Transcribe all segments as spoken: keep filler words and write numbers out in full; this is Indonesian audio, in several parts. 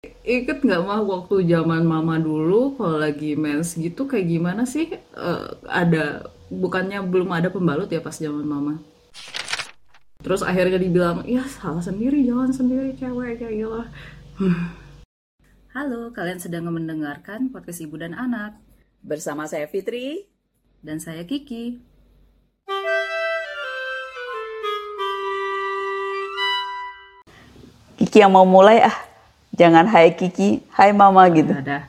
Ikut nggak mah waktu zaman mama dulu kalau lagi mens gitu kayak gimana sih? Eh, ada bukannya belum ada pembalut ya pas zaman mama. Terus akhirnya dibilang, ya salah sendiri, jalan sendiri cewek kayak gitu. Halo, kalian sedang mendengarkan podcast Ibu dan Anak. Bersama saya Fitri. Dan saya Kiki. Kiki yang mau mulai ah. Jangan hai Kiki, hai mama gitu. Ada.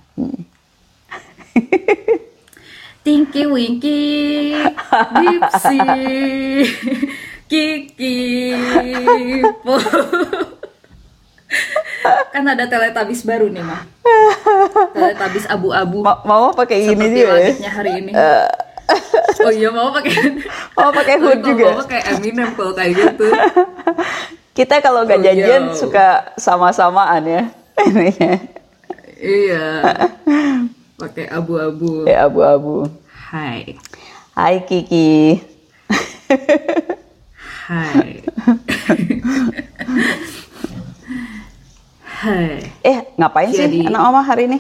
Tinky Winky, Dipsy, Kiki, Po. Kan ada Teletubbies baru nih mah. Teletubbies abu-abu. Ma- Mama pakai ini Seperti juga ya. langitnya hari ini. Oh iya mau pakai. Mama pakai hood Tapi juga. kalau mau kayak Eminem kalau kayak gitu. Kita kalau nggak Oh, janjian yo. suka sama-samaan ya. Ininya. Iya. Pakai abu-abu. Ya abu-abu. Hai. Hai Kiki. Hai. Hai. Eh ngapain sih Jadi- anak mama hari ini?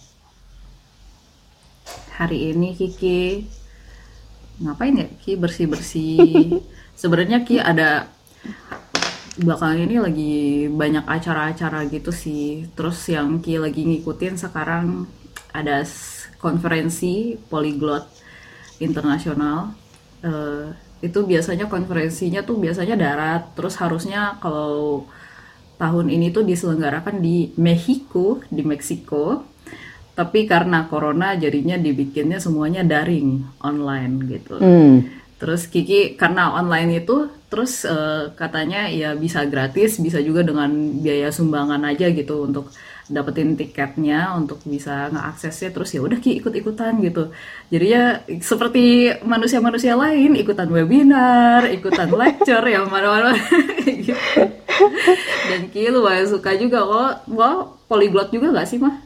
Hari ini Kiki ngapain ya? Ki bersih-bersih. Sebenarnya Ki ada belakangan ini lagi banyak acara-acara gitu sih. Terus yang Ki lagi ngikutin sekarang ada s- konferensi polyglot internasional. Eh, itu biasanya konferensinya tuh biasanya darat. Terus harusnya kalau tahun ini tuh diselenggarakan di Mexico, di Meksiko. Tapi karena corona jadinya dibikinnya semuanya daring, online gitu. Hmm. Terus Kiki karena online itu terus eh, katanya ya bisa gratis, bisa juga dengan biaya sumbangan aja gitu untuk dapetin tiketnya untuk bisa ngeaksesnya. Terus ya udah Ki ikut-ikutan gitu. Jadi ya seperti manusia-manusia lain ikutan webinar, ikutan lecture yang mana-mana gitu. Dan Ki lumayan suka juga kok. Wah, polyglot juga gak sih mah?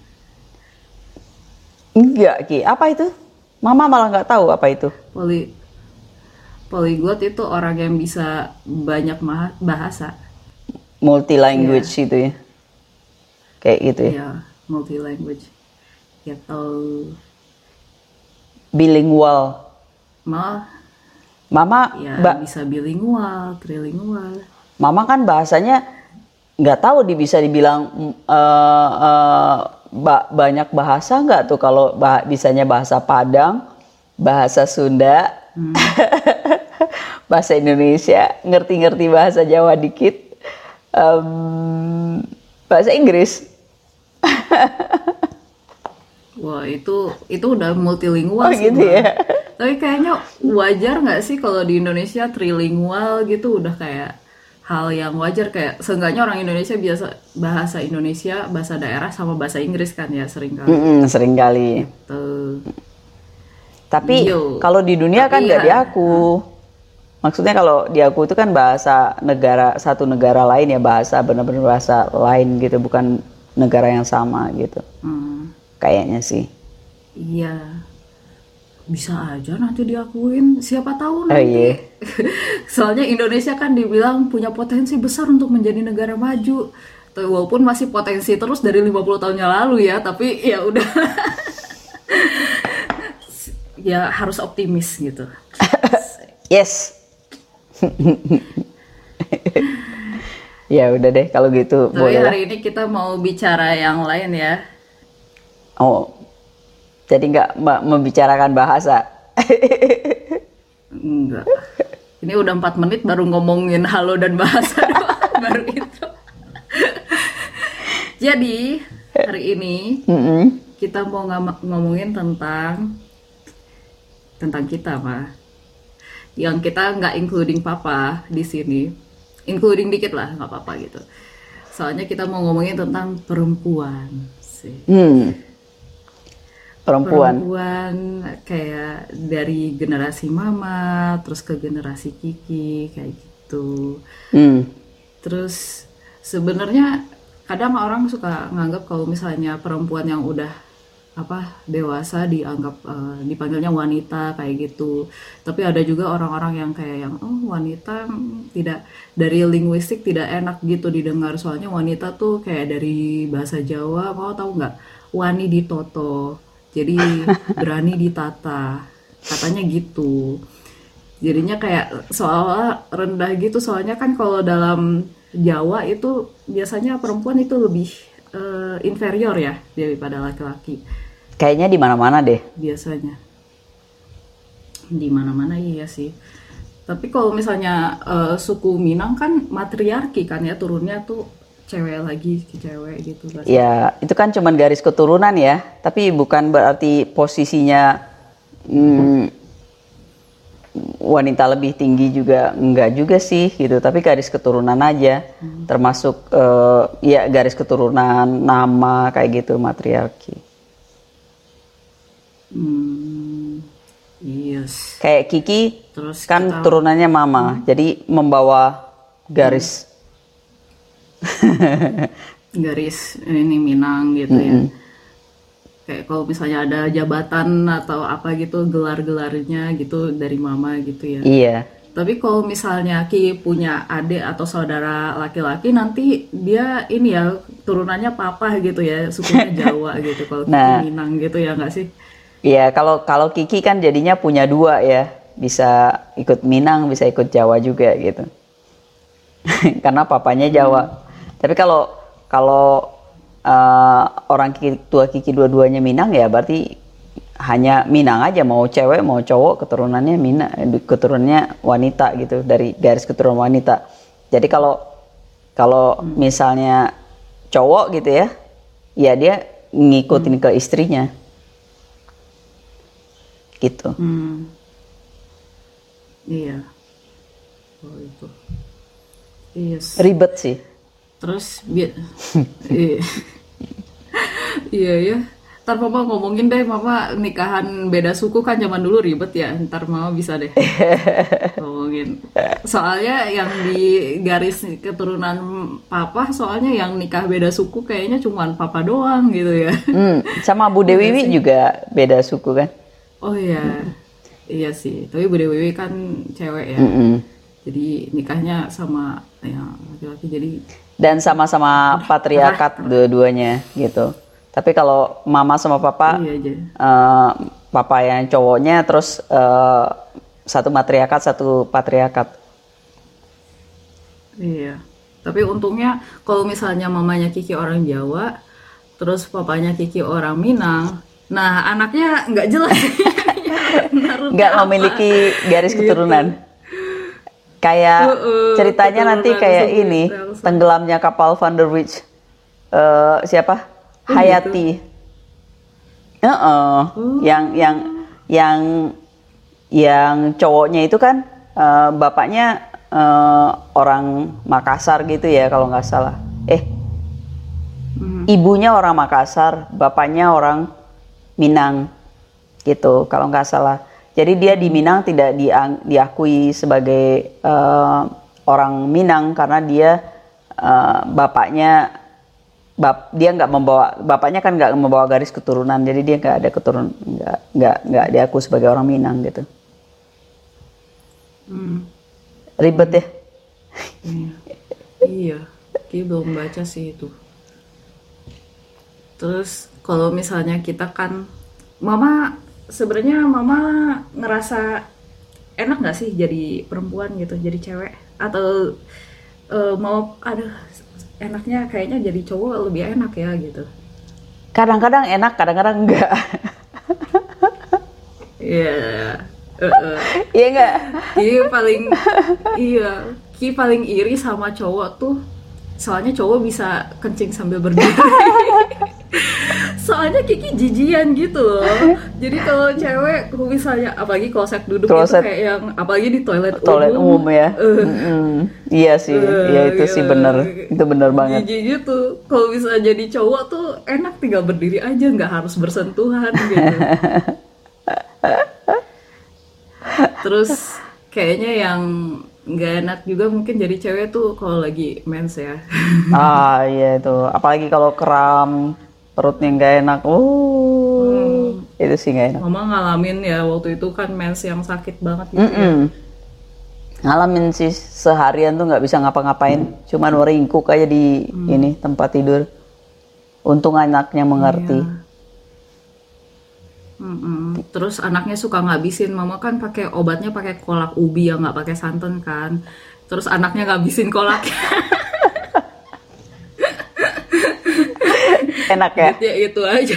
Enggak Ki, apa itu? Mama malah nggak tahu apa itu. Poly Polyglot itu orang yang bisa banyak maha- bahasa. Multi language itu ya. Kayak gitu ya. Ya, multi language. Gitu. Bilingual. Malah Mama ya Mbak bisa bilingual, trilingual. Mama kan bahasanya nggak tahu di bisa dibilang mm, eh, eh, ba- banyak bahasa nggak tuh kalau bah- bisanya bahasa Padang, bahasa Sunda, bahasa Indonesia, ngerti-ngerti bahasa Jawa dikit, em, bahasa Inggris. Wah, itu itu udah multilingual Oh sih, gitu Bang. ya. Tapi kayaknya wajar nggak sih kalau di Indonesia trilingual gitu udah kayak hal yang wajar kayak seenggaknya orang Indonesia biasa bahasa Indonesia, bahasa daerah sama bahasa Inggris kan ya sering kali. Mm-mm, sering kali. Tuh. Tapi Yo. kalau di dunia kan Tapi nggak ya- diaku. Maksudnya kalau diaku itu kan bahasa negara satu negara lain ya, bahasa benar-benar bahasa lain gitu, bukan negara yang sama gitu. Hmm. Kayaknya sih. Iya, bisa aja nanti diakuin. Siapa tahu Oh nanti. iya. Soalnya Indonesia kan dibilang punya potensi besar untuk menjadi negara maju. Tapi walaupun masih potensi terus dari lima puluh tahun yang lalu ya, tapi ya udah. Ya harus optimis gitu. Yes. Ya udah deh kalau gitu Tapi boleh lah. hari ini kita mau bicara yang lain ya. Oh, jadi nggak ma- membicarakan bahasa. Enggak. Ini udah empat menit baru ngomongin halo dan bahasa doang, baru itu. Jadi, hari ini Mm-mm. kita mau ngam- ngomongin tentang tentang kita, mah. Yang kita nggak including papa di sini. Including dikit lah, nggak apa-apa gitu. Soalnya kita mau ngomongin tentang perempuan sih. Hmm. Perempuan. Perempuan kayak dari generasi mama terus ke generasi Kiki kayak gitu. Hmm. Terus sebenarnya kadang orang suka nganggap kalau misalnya perempuan yang udah apa dewasa dianggap eh, dipanggilnya wanita kayak gitu. Tapi ada juga orang-orang yang kayak yang oh wanita mm, tidak dari linguistik tidak enak gitu didengar soalnya wanita tuh kayak dari bahasa Jawa mau tahu nggak wani ditoto jadi berani ditata katanya gitu. Jadinya kayak seolah rendah gitu soalnya kan kalau dalam Jawa itu biasanya perempuan itu lebih eh, inferior ya daripada laki-laki Kayaknya di mana-mana deh. biasanya di mana-mana iya sih. Tapi kalau misalnya eh, suku Minang kan matriarki kan ya turunnya tuh cewek lagi ke cewek gitu kan. Ya, itu kan cuman garis keturunan ya, tapi bukan berarti posisinya hmm, wanita lebih tinggi juga enggak juga sih gitu, tapi garis keturunan aja, termasuk eh, ya garis keturunan nama kayak gitu matriarki. Hmm, yes. Kayak Kiki Terus kan kita turunannya mama, jadi membawa garis. garis ini Minang gitu ya. Kayak kalau misalnya ada jabatan atau apa gitu gelar-gelarnya gitu dari mama gitu ya. Iya. Tapi kalau misalnya Ki punya adik atau saudara laki-laki nanti dia ini ya turunannya papa gitu ya, sukunya Jawa gitu. Kalau Kiki Nah, Minang gitu ya nggak sih? iya kalau kalau Kiki kan jadinya punya dua ya, bisa ikut Minang, bisa ikut Jawa juga gitu. Karena papanya Jawa. Tapi kalau kalau eh, orang Kiki, tua Kiki dua-duanya Minang ya berarti hanya Minang aja, mau cewek mau cowok keturunannya Minang, keturunannya wanita gitu, dari garis keturunan wanita. Jadi kalau kalau misalnya cowok gitu ya, ya dia ngikutin ke istrinya gitu. Hmm, iya. Oh itu. Yes. Ribet sih. Terus bi iya iya ya. Ntar mama ngomongin deh, mama nikahan beda suku kan zaman dulu ribet ya. Ntar mama bisa deh ngomongin. Soalnya yang di garis keturunan papa, soalnya yang nikah beda suku kayaknya cuman papa doang gitu ya. Hmm, sama Bude Iya Wiwi sih. juga beda suku kan? Oh iya, iya sih. Tapi Bude Wiwi kan cewek ya. Mm-mm. Jadi nikahnya sama yang laki-laki. Jadi Dan sama-sama patriarkat dua-duanya gitu. Tapi kalau mama sama papa, iya aja. eh, papa yang cowoknya terus eh, satu matriarkat, satu patriarkat. Iya. Tapi untungnya kalau misalnya mamanya Kiki orang Jawa, terus papanya Kiki orang Minang, nah anaknya nggak jelas narutnya Nggak apa memiliki garis gitu. keturunan. Kayak Heeh, ceritanya nanti keturunan kayak suku ini, Telsa. tenggelamnya kapal Van der Wijk. Eh, siapa? Oh gitu. Hayati. Heeh, yang yang yang yang cowoknya itu kan eh, bapaknya eh, orang Makassar gitu ya kalau nggak salah. Eh, Hmm. ibunya orang Makassar, bapaknya orang Minang gitu kalau nggak salah. Jadi dia di Minang tidak diang- diakui sebagai eh, orang Minang karena dia eh, bapaknya bap dia nggak membawa bapaknya kan nggak membawa garis keturunan, jadi dia nggak ada keturun nggak nggak nggak diakui sebagai orang Minang gitu. Hmm. Ribet ya. Iya. Iya. Ki belum baca sih itu. Terus kalau misalnya kita kan, mama sebenarnya mama ngerasa enak nggak sih jadi perempuan gitu, jadi cewek? Atau eh, mau, aduh enaknya kayaknya jadi cowok lebih enak ya gitu. Kadang-kadang enak, kadang-kadang enggak. Iya. Heeh. Iya enggak? Ki paling iya, Ki paling iri sama cowok tuh. Soalnya cowok bisa kencing sambil berdiri. Soalnya Kiki jijian gitu loh. Jadi kalau cewek, kalau misalnya apalagi kloset duduk itu Kloset. kayak yang apalagi di toilet Toilet umum ya. Eh, Mm-mm. Iya sih, eh, iya itu sih gitu. bener, itu bener banget. Jijik gitu. Kalau bisa jadi cowok tuh enak tinggal berdiri aja, nggak harus bersentuhan gitu. Terus kayaknya yang nggak enak juga mungkin jadi cewek tuh kalau lagi mens ya. Ah iya itu, apalagi kalau kram perutnya nggak enak. Uh, Itu sih nggak enak. Mama ngalamin ya waktu itu kan mens yang sakit banget gitu ya. Mm-mm. Ngalamin sih seharian tuh nggak bisa ngapa-ngapain, cuman ringkuk aja di ini tempat tidur. Untung anaknya mengerti. Iya. Mm-mm. Terus anaknya suka ngabisin, mama kan pakai obatnya pakai kolak ubi yang nggak pakai santan kan. Terus anaknya ngabisin kolaknya. Enak ya. Ya itu aja.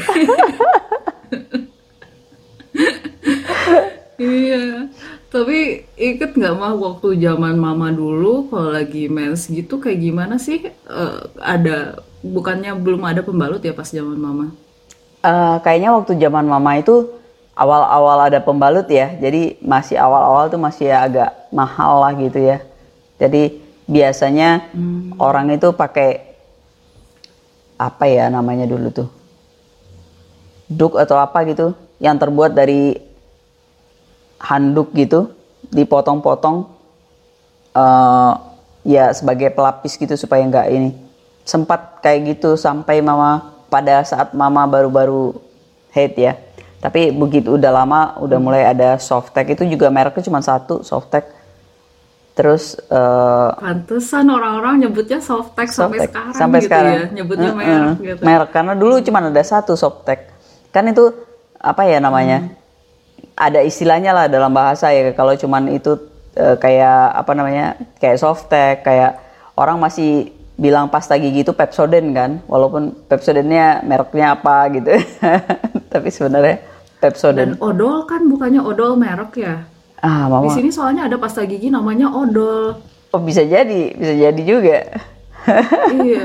Iya. Tapi ikut nggak mah waktu zaman mama dulu kalau lagi mens gitu kayak gimana sih? Eh, ada bukannya belum ada pembalut ya pas zaman mama? Eh, kayaknya waktu zaman mama itu awal-awal ada pembalut ya, jadi masih awal-awal tuh masih agak mahal lah gitu ya. Jadi biasanya orang itu pakai apa ya namanya dulu tuh, duk atau apa gitu, yang terbuat dari handuk gitu, dipotong-potong eh, ya sebagai pelapis gitu supaya nggak ini. Sempat kayak gitu sampai mama pada saat mama baru-baru haid ya. Tapi begitu udah lama udah mulai ada Softtek, itu juga mereknya cuma satu, Softtek. Terus eh, Pantesan orang-orang nyebutnya Softtek sampai Softtek sekarang sampai gitu sekarang. ya, nyebutnya Heeh, merek gitu. merek karena dulu cuma ada satu Softtek. Kan itu apa ya namanya? Ada istilahnya lah dalam bahasa ya, kalau cuman itu eh, kayak apa namanya? Kayak Softtek, kayak orang masih bilang pasta gigi itu Pepsodent kan, walaupun Pepsodentnya mereknya apa gitu. Tapi sebenarnya Pepsodent. Dan odol kan bukannya odol merek ya? Ah, Di mama. sini soalnya ada pasta gigi namanya odol. Oh, bisa jadi, bisa jadi juga. Iya.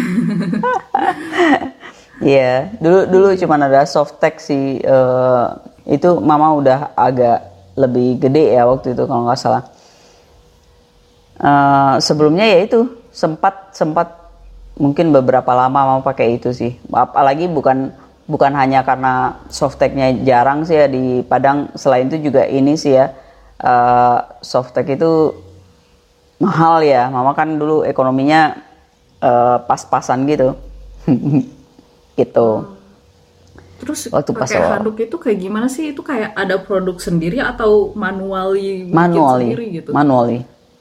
Iya, dulu dulu cuma ada Softtek sih. eh, itu mama udah agak lebih gede ya waktu itu kalau nggak salah. Eh, sebelumnya ya itu sempat sempat mungkin beberapa lama mama pakai itu sih. Apalagi bukan bukan hanya karena Softteknya jarang sih ya di Padang. Selain itu juga ini sih ya, eh, Softtek itu mahal ya. Mama kan dulu ekonominya eh, pas-pasan gitu. Gitu. Terus Waktu pas pakai awal. handuk itu kayak gimana sih? Itu kayak ada produk sendiri atau manually bikin Manually, sendiri gitu? manually.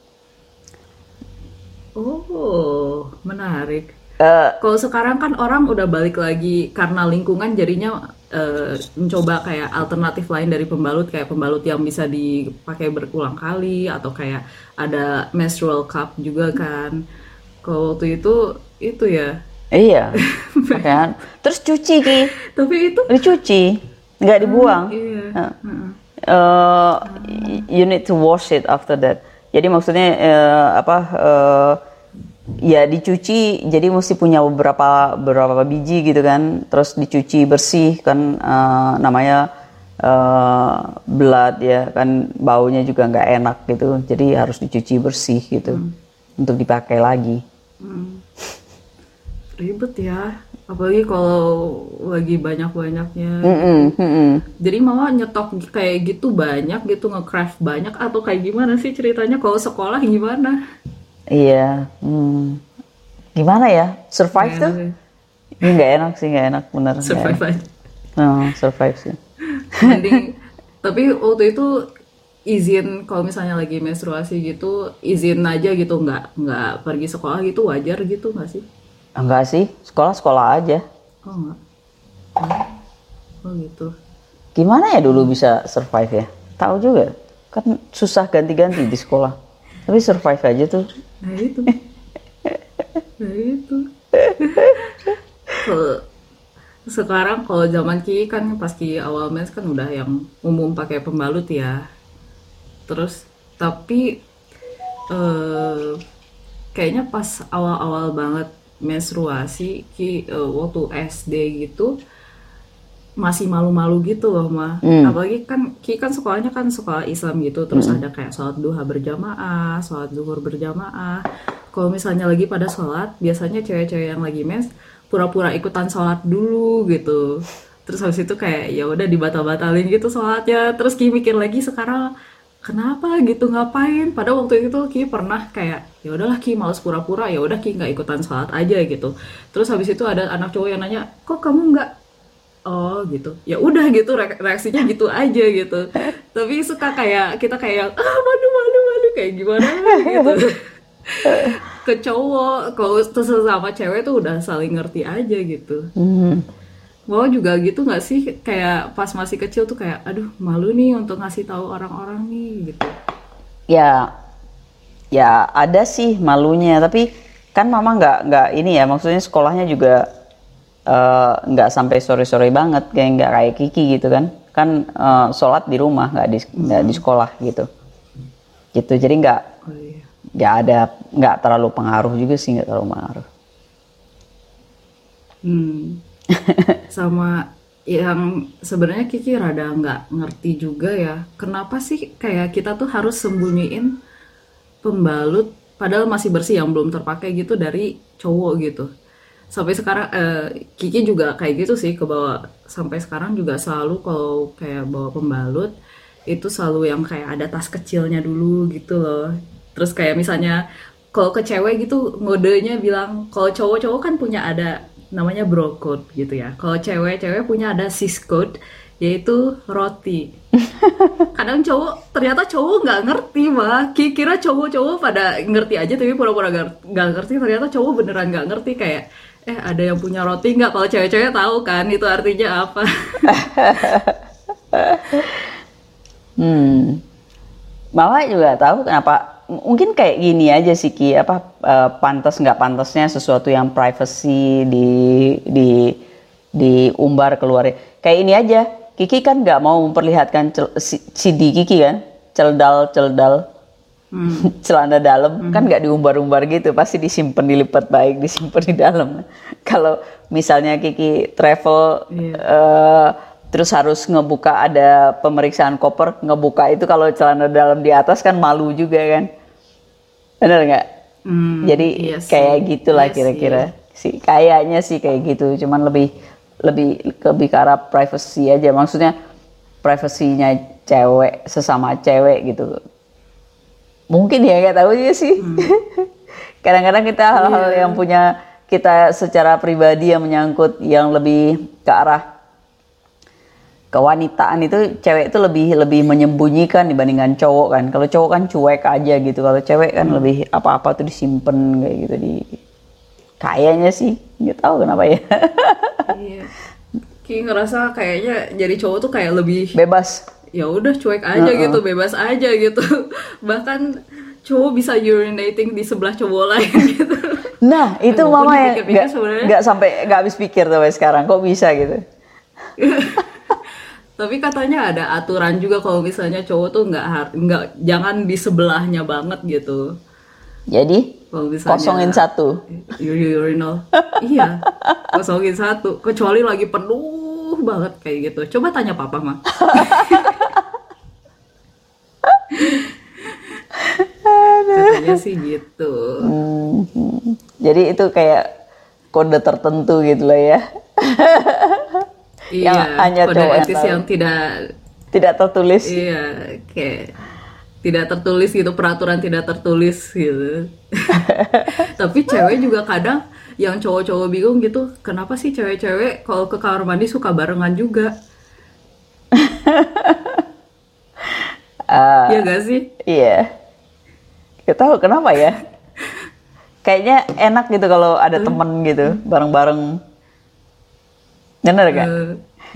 Oh, menarik. Eh, Kalau sekarang kan orang udah balik lagi karena lingkungan jadinya eh, mencoba kayak alternatif lain dari pembalut, kayak pembalut yang bisa dipakai berulang kali atau kayak ada menstrual cup juga kan. Kalau waktu itu itu ya. iya, pakaian. Terus cuci ki, Tapi itu dicuci, nggak dibuang. iya. Nah, eh, you need to wash it after that. Jadi maksudnya eh, apa? eh, ya dicuci. Jadi mesti punya beberapa beberapa biji gitu kan. Terus dicuci bersih kan, eh, namanya eh, blood ya kan, baunya juga nggak enak gitu. Jadi harus dicuci bersih gitu untuk dipakai lagi. Ribet ya, apalagi kalau lagi banyak-banyaknya. Mm-mm, mm-mm. Jadi mama nyetok kayak gitu banyak gitu, nge-craft banyak atau kayak gimana sih ceritanya? Kalau sekolah gimana? Iya, hmm. Gimana ya? Survive Gak tuh? enak ya. Ini nggak enak sih, nggak enak bener. nggak Survive enak. aja. Oh, survive sih. Mending, tapi waktu itu izin kalau misalnya lagi menstruasi gitu, izin aja gitu, nggak nggak pergi sekolah gitu, wajar gitu nggak sih? Enggak sih, sekolah-sekolah aja. Oh nggak, oh gitu. Gimana ya dulu bisa survive ya? Tahu juga, kan susah ganti-ganti di sekolah. Tapi survive aja tuh. Nah itu, nah itu. Kalau sekarang kalau zaman Ki kan pas Ki awal mens kan udah yang umum pakai pembalut ya. Terus tapi eh, kayaknya pas awal-awal banget menstruasi Ki eh, waktu S D gitu masih malu-malu gitu loh mah. Apalagi kan Ki kan sekolahnya kan sekolah Islam gitu, terus ada kayak sholat duha berjamaah, sholat zuhur berjamaah. Kalau misalnya lagi pada sholat, biasanya cewek-cewek yang lagi mens pura-pura ikutan sholat dulu gitu. Terus habis itu kayak ya udah dibatal-batalin gitu sholatnya. Terus Ki mikir lagi sekarang kenapa gitu, ngapain? Padahal waktu itu Ki pernah kayak ya udahlah Ki males pura-pura, ya udah Ki nggak ikutan sholat aja gitu. Terus habis itu ada anak cowok yang nanya, kok kamu nggak oh gitu, ya udah gitu, re- reaksinya gitu aja gitu. Tapi suka kayak kita kayak ah malu malu malu kayak gimana gitu. Ke cowok kalau terus sama cewek tuh udah saling ngerti aja gitu. Hmm. Mau juga gitu nggak sih, kayak pas masih kecil tuh kayak aduh malu nih untuk ngasih tahu orang-orang nih gitu. Ya, ya ada sih malunya, tapi kan mama nggak nggak ini ya, maksudnya sekolahnya juga eh, nggak sampai sore-sore banget, kayak nggak kayak Kiki gitu kan, kan eh, sholat di rumah nggak di nggak di sekolah gitu, gitu jadi nggak Oh iya. nggak ada nggak terlalu pengaruh juga sih, nggak terlalu pengaruh. Hmm. Sama yang sebenarnya Kiki rada nggak ngerti juga ya, kenapa sih kayak kita tuh harus sembunyiin pembalut padahal masih bersih yang belum terpakai gitu dari cowok gitu. Sampai sekarang eh, Kiki juga kayak gitu sih, ke bawah sampai sekarang juga selalu kalau kayak bawa pembalut itu selalu yang kayak ada tas kecilnya dulu gitu loh. Terus kayak misalnya kalau ke cewek gitu ngodenya bilang, kalau cowok-cowok kan punya ada namanya bro code gitu ya. Kalau cewek-cewek punya ada sis code, yaitu roti. Kadang cowok, ternyata cowok nggak ngerti mah. Kira cowok-cowok pada ngerti aja tapi pura-pura nggak nggak ngerti. Ternyata cowok beneran nggak ngerti kayak eh ada yang punya roti nggak? Kalau cewek-cewek tahu kan itu artinya apa. Hmm. Mama juga tahu kenapa, mungkin kayak gini aja sih Ki, apa eh, pantas nggak pantasnya sesuatu yang privacy di di diumbar keluar. Kayak ini aja, Kiki kan nggak mau memperlihatkan cel- si- C D Kiki kan, celdal celdal Hmm. celana dalam kan nggak diumbar-umbar gitu, pasti disimpan dilipat baik, disimpan di dalam. Kalau misalnya Kiki travel Iya. eh, terus harus ngebuka, ada pemeriksaan koper, ngebuka itu kalau celana dalam di atas kan malu juga kan, bener nggak? Hmm, Jadi iya kayak sih. gitulah Iya sih. kira-kira sih, kayaknya sih kayak gitu, cuman lebih lebih lebih ke arah privacy aja, maksudnya privasinya cewek sesama cewek gitu. Mungkin ya, nggak tahu juga sih. Kadang-kadang kita hal-hal Iya. yang punya kita secara pribadi yang menyangkut yang lebih ke arah kewanitaan itu, cewek itu lebih lebih menyembunyikan dibandingkan cowok kan. Kalau cowok kan cuek aja gitu, kalau cewek kan lebih apa-apa tuh disimpan kayak gitu di, kayaknya sih nggak tahu kenapa ya. Iya. Ki ngerasa kayaknya jadi cowok tuh kayak lebih Bebas. ya udah cuek aja gitu, bebas aja gitu. Bahkan cowok bisa urinating di sebelah cowok lain gitu. Nah itu Walaupun mama yang dipikir-pikir nggak sebenarnya, nggak sampai nggak habis pikir sampai sekarang kok bisa gitu. tapi katanya ada aturan juga kalau misalnya cowok tuh nggak har- nggak jangan di sebelahnya banget gitu. Jadi Kalau misalnya kosongin satu. ur- urinal, iya kosongin satu, kecuali lagi penuh banget kayak gitu. Coba tanya papa mah. Katanya sih gitu. Hmm, jadi itu kayak kode tertentu gitu lah ya. Iya, Yang hanya kode cowok yang etis tahu. yang tidak, Tidak tertulis. iya, kayak tidak tertulis gitu, peraturan tidak tertulis gitu. Tapi cewek juga kadang yang cowok-cowok bingung gitu, kenapa sih cewek-cewek kalau ke kamar mandi suka barengan juga? Ah, Iya gak sih? iya. Gak tahu kenapa ya. Kayaknya enak gitu kalau ada temen gitu, bareng-bareng. Bener gak? Eh,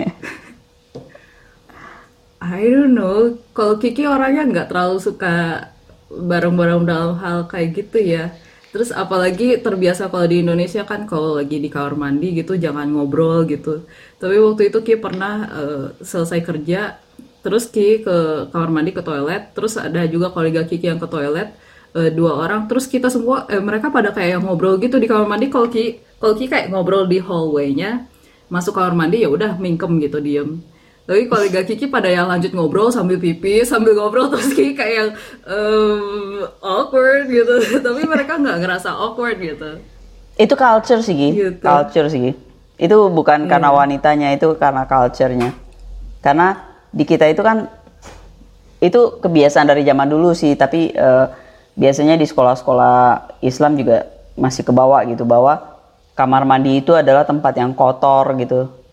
I don't know. Kalau Kiki orangnya nggak terlalu suka bareng-bareng dalam hal kayak gitu ya. Terus apalagi terbiasa kalau di Indonesia kan kalau lagi di kamar mandi gitu jangan ngobrol gitu. Tapi waktu itu Ki pernah eh, selesai kerja, terus Ki ke kamar mandi ke toilet, terus ada juga kolega Kiki yang ke toilet, eh, dua orang, terus kita semua eh, mereka pada kayak ngobrol gitu di kamar mandi. Kalau Ki kalau Ki kayak ngobrol di hallway-nya, masuk kamar mandi ya udah mingkem gitu diem. Tapi kolega Kiki pada yang lanjut ngobrol sambil pipis, sambil ngobrol, terus Kiki kayak yang em, awkward gitu. Tapi mereka nggak ngerasa awkward gitu. Itu culture sih, Gi. Gitu. Culture sih, Gi. Itu bukan karena wanitanya, itu karena culture-nya. Karena di kita itu kan, itu kebiasaan dari zaman dulu sih, tapi eh, biasanya di sekolah-sekolah Islam juga masih kebawa gitu, bahwa kamar mandi itu adalah tempat yang kotor gitu.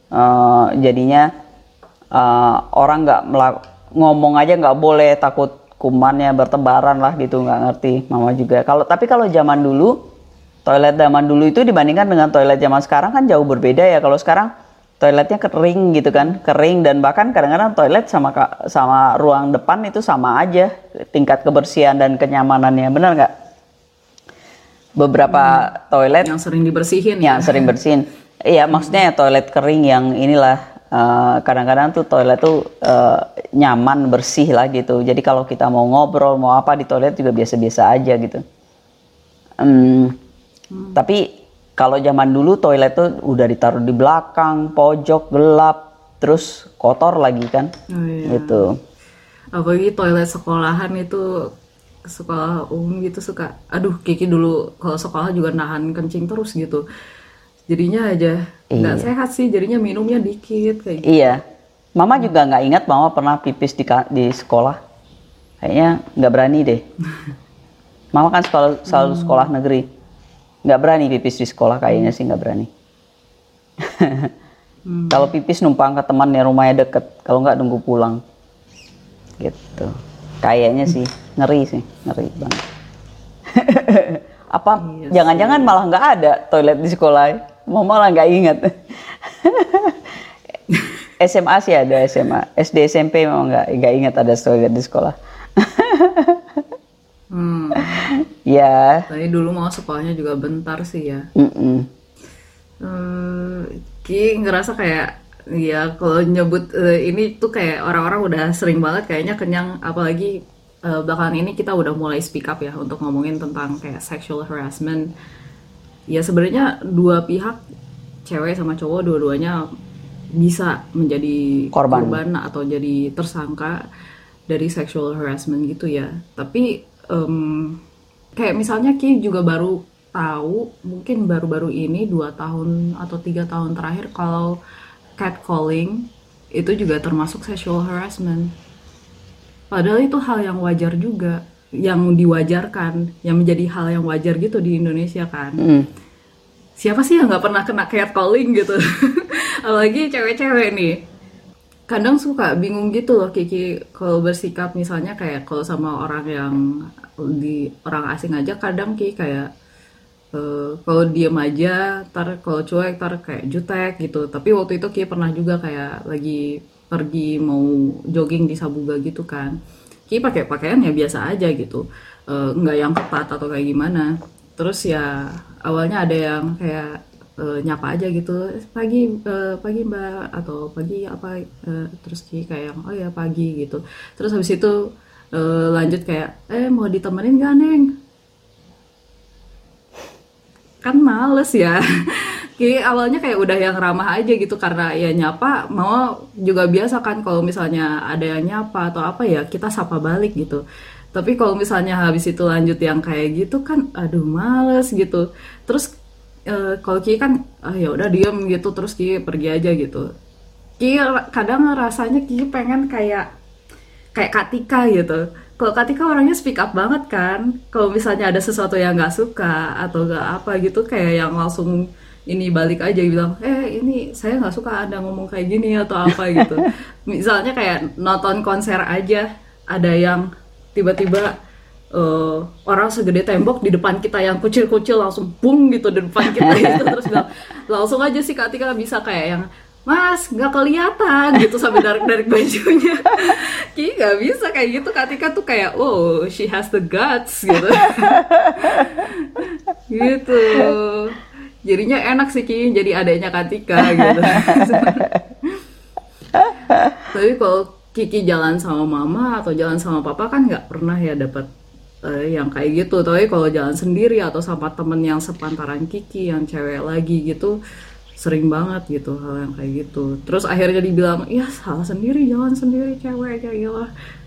Uh, jadinya uh, orang nggak ngomong aja nggak boleh, takut kumannya bertebaran lah gitu, nggak ngerti mama juga. Kalau tapi kalau zaman dulu, toilet zaman dulu itu dibandingkan dengan toilet zaman sekarang kan jauh berbeda ya. Kalau sekarang toiletnya kering gitu kan, kering, dan bahkan kadang-kadang toilet sama sama ruang depan itu sama aja tingkat kebersihan dan kenyamanannya, benar nggak? Beberapa hmm, toilet yang sering dibersihin yang ya. sering bersihin. Iya, maksudnya ya toilet kering yang inilah uh, kadang-kadang tuh toilet tuh uh, nyaman, bersih lah gitu. Jadi kalau kita mau ngobrol mau apa di toilet juga biasa-biasa aja gitu. Um, hmm. Tapi kalau zaman dulu toilet tuh udah ditaruh di belakang, pojok, gelap, terus kotor lagi kan, oh, iya. Gitu. Apalagi toilet sekolahan itu, sekolah umum gitu suka, aduh Kiki dulu kalau sekolah juga nahan kencing terus gitu. Jadinya aja nggak iya. sehat sih, jadinya minumnya dikit kayak gitu. Iya, mama hmm. juga nggak ingat mama pernah pipis di di sekolah. Kayaknya nggak berani deh. Mama kan sekolah, selalu hmm. sekolah negeri. Nggak berani pipis di sekolah, kayaknya sih nggak berani. hmm. Kalau pipis numpang ke teman yang rumahnya deket, kalau nggak nunggu pulang. Gitu. Kayaknya sih ngeri sih, ngeri banget. Apa yes, jangan-jangan yes. malah nggak ada toilet di sekolah? Mau malah nggak ingat. S M A sih ada, S M A, S D S M P memang nggak nggak ingat ada toilet di sekolah. hmm. Ya. Tapi dulu mau sekolahnya juga bentar sih ya. Mm-mm. Hmm, Ki ngerasa kayak ya kalau nyebut uh, ini tuh kayak orang-orang udah sering banget kayaknya kenyang, apalagi uh, belakangan ini kita udah mulai speak up ya untuk ngomongin tentang kayak sexual harassment. Ya sebenarnya dua pihak, cewek sama cowok, dua-duanya bisa menjadi korban. korban atau jadi tersangka dari sexual harassment gitu ya. Tapi um, kayak misalnya Ki juga baru tahu, mungkin baru-baru ini dua tahun atau tiga tahun terakhir kalau catcalling itu juga termasuk sexual harassment. Padahal itu hal yang wajar juga, yang diwajarkan, yang menjadi hal yang wajar gitu di Indonesia kan. Mm. Siapa sih yang nggak pernah kena catcalling gitu? Apalagi cewek-cewek nih. Kadang suka bingung gitu loh Kiki kalau bersikap misalnya kayak kalau sama orang yang di orang asing aja, kadang Kiki kayak uh, kalau diem aja, tar kalau cuek tar kayak jutek gitu. Tapi waktu itu Kiki pernah juga kayak lagi pergi mau jogging di Sabuga gitu kan, Ki pakai pakaian ya biasa aja gitu, e, nggak yang ketat atau kayak gimana. Terus ya awalnya ada yang kayak e, nyapa aja gitu, pagi e, pagi mbak atau pagi apa, e, terus Ki kayak yang oh ya pagi gitu. Terus habis itu e, lanjut kayak eh mau ditemenin gak Neng? Kan males ya. Ki awalnya kayak udah yang ramah aja gitu karena ya nyapa, mau juga biasa kan kalau misalnya ada yang nyapa atau apa ya kita sapa balik gitu. Tapi kalau misalnya habis itu lanjut yang kayak gitu kan aduh males gitu. Terus e, kalau Ki kan ah ya udah diem gitu terus Ki pergi aja gitu. Ki kadang rasanya Ki pengen kayak kayak Katika gitu. Kalau Katika orangnya speak up banget kan. Kalau misalnya ada sesuatu yang nggak suka atau nggak apa gitu kayak yang langsung ini balik aja bilang, eh ini saya nggak suka Anda ngomong kayak gini atau apa gitu. Misalnya kayak nonton konser aja, ada yang tiba-tiba uh, orang segede tembok di depan kita yang kucil-kucil langsung bung gitu di depan kita gitu. Terus bilang, langsung aja sih Katika bisa kayak yang, Mas nggak kelihatan gitu sambil narik-narik bajunya. Ki nggak bisa kayak gitu, Katika tuh kayak, oh she has the guts gitu. Gitu. Jadinya enak sih Ki, jadi adanya Katika gitu. Tapi kalau Kiki jalan sama mama atau jalan sama papa kan nggak pernah ya dapat uh, yang kayak gitu. Tapi kalau jalan sendiri atau sama temen yang sepantaran Kiki yang cewek lagi gitu, sering banget gitu hal yang kayak gitu. Terus akhirnya dibilang, ya salah sendiri, jalan sendiri cewek kayak gitu.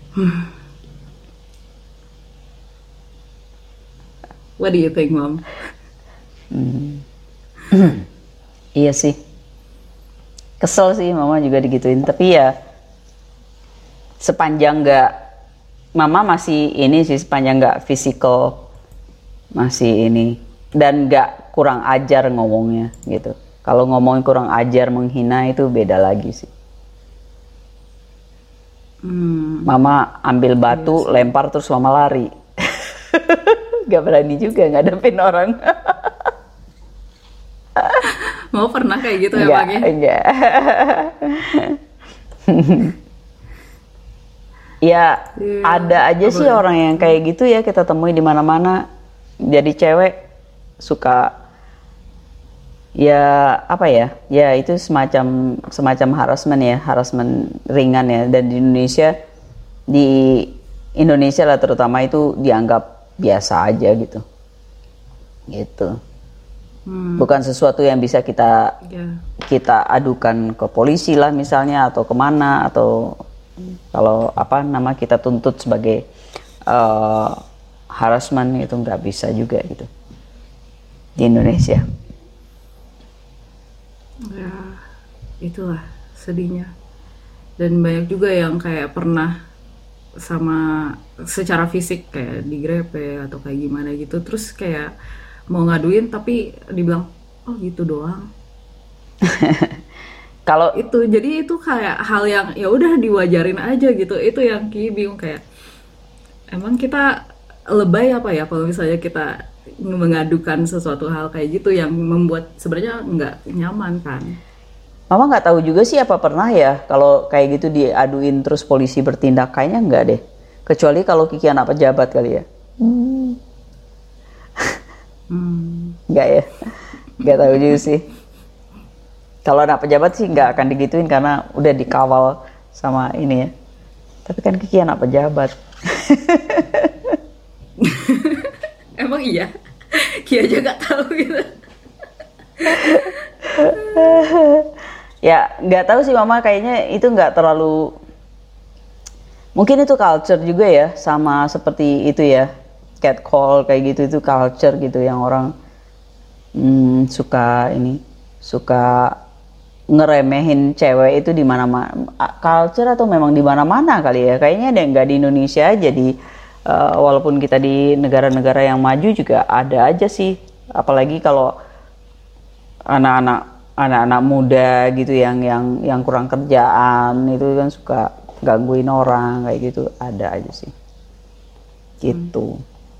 What do you think, Mom? Hmm. Iya sih, kesel sih mama juga digituin. Tapi ya sepanjang nggak, mama masih ini sih, sepanjang nggak physical masih ini dan nggak kurang ajar ngomongnya gitu. Kalau ngomongin kurang ajar, menghina itu beda lagi sih. Hmm, Mama ambil batu, lempar terus mama lari. Gak berani juga ngadepin orang. mau pernah kayak gitu ya Enggak, Bang ya? enggak. Ya Iya, ada aja sih apalagi. orang yang kayak gitu ya, kita temui di mana-mana. Jadi cewek suka ya apa ya? Ya itu semacam semacam harassment ya, harassment ringan ya. Dan di Indonesia di Indonesia lah terutama itu dianggap biasa aja gitu. Gitu. Hmm, Bukan sesuatu yang bisa kita ya. kita adukan ke polisi lah misalnya atau kemana, atau kalau apa nama kita tuntut sebagai uh, harassment, itu nggak bisa juga gitu di Indonesia. Ya, itulah sedihnya. Dan banyak juga yang kayak pernah sama secara fisik kayak digrepe atau kayak gimana gitu. Terus kayak mau ngaduin tapi dibilang, oh gitu doang. Kalau Itu jadi itu kayak hal yang ya udah diwajarin aja gitu. Itu yang Ki bingung kayak emang kita lebay apa ya kalau misalnya kita mengadukan sesuatu hal kayak gitu yang membuat sebenarnya nggak nyaman kan. Mama nggak tahu juga sih apa pernah ya kalau kayak gitu diaduin terus polisi bertindak, kayaknya nggak deh. Kecuali kalau Kiki anak pejabat kali ya. Hmm. Nggak ya, nggak tahu juga sih. Kalau anak pejabat sih nggak akan digituin karena udah dikawal sama ini ya. Tapi kan Kiki anak pejabat. Emang iya? Ki aja nggak tahu gitu. Ya nggak tahu sih Mama, kayaknya itu nggak terlalu, mungkin itu culture juga ya, sama seperti itu ya, catcall kayak gitu, itu culture gitu yang orang hmm, suka ini suka ngeremehin cewek itu di mana-mana, culture atau memang di mana-mana kali ya, kayaknya ada nggak di Indonesia aja, di uh, walaupun kita di negara-negara yang maju juga ada aja sih, apalagi kalau anak-anak anak-anak muda gitu yang yang yang kurang kerjaan itu kan suka gangguin orang kayak gitu, ada aja sih gitu.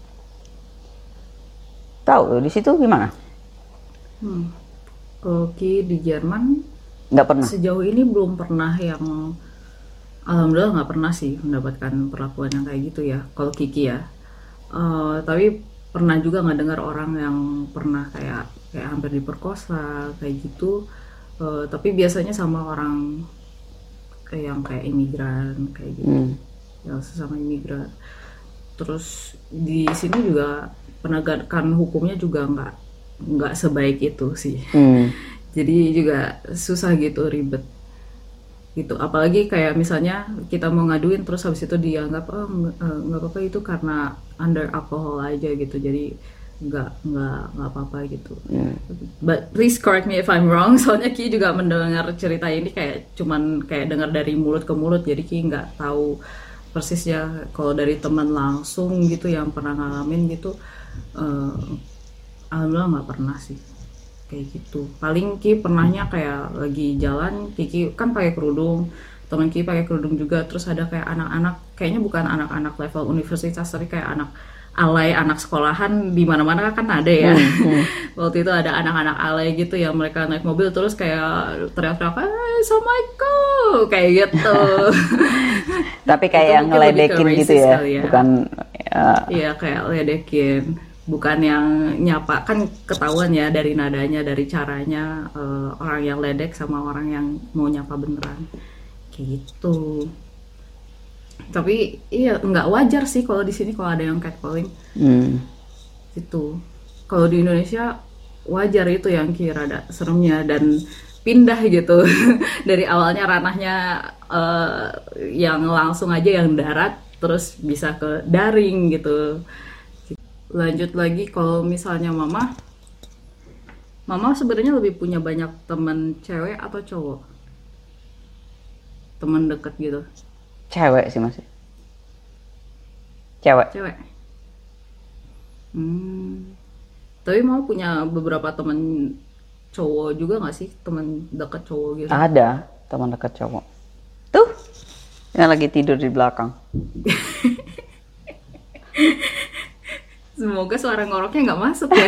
Tahu di situ gimana? Hmm. Kalau Ki di Jerman Nggak pernah. sejauh ini belum pernah yang alhamdulillah nggak pernah sih mendapatkan perlakuan yang kayak gitu ya. Kalau Kiki ya. Eh, tapi pernah juga nggak dengar orang yang pernah kayak kayak hampir diperkosa kayak gitu. Eh, tapi biasanya sama orang kayak yang kayak imigran kayak gitu. Hmm. Yang sesama imigran. Terus di sini juga penegakan hukumnya juga nggak nggak sebaik itu sih. Hmm. Jadi juga susah gitu, ribet gitu. Apalagi kayak misalnya kita mau ngaduin terus habis itu dianggap oh nggak eh, nggak apa-apa itu karena under alcohol aja gitu. Jadi nggak nggak nggak apa-apa gitu. Hmm. But please correct me if I'm wrong. Soalnya Ki juga mendengar cerita ini kayak cuman kayak dengar dari mulut ke mulut. Jadi Ki nggak tahu persisnya kalau dari teman langsung gitu yang pernah ngalamin gitu. eh, Alhamdulillah nggak pernah sih kayak gitu. Paling Ki pernahnya kayak lagi jalan, Kiki kan pakai kerudung, teman Ki pakai kerudung juga, terus ada kayak anak-anak, kayaknya bukan anak-anak level universitas tapi kayak anak alay, anak sekolahan, di mana-mana kan ada ya. Waktu itu ada anak-anak alay gitu ya, mereka naik mobil terus kayak teriak-teriak eh assalamualaikum kayak gitu. Tapi Itu kayak yang mungkin lebih ke ngeledekin gitu racist ya, kali ya. bukan ya, Iya kayak ledekin, bukan yang nyapa, kan ketahuan ya dari nadanya, dari caranya eh, orang yang ledek sama orang yang mau nyapa beneran kayak gitu. Tapi iya nggak wajar sih kalau di sini kalau ada yang catcalling hmm. gitu. Kalau di Indonesia wajar, itu yang kira ada seremnya dan pindah gitu dari awalnya ranahnya eh, yang langsung aja yang darat terus bisa ke daring gitu. Lanjut lagi kalau misalnya mama, mama sebenarnya lebih punya banyak teman cewek atau cowok? Teman deket gitu. Cewek sih masih. Cewek. Cewek. Hmm. Tapi mau punya beberapa teman cowok juga nggak sih, teman dekat cowok gitu? Ada teman dekat cowok. Tuh, yang lagi tidur di belakang. Semoga suara ngoroknya nggak masuk ya.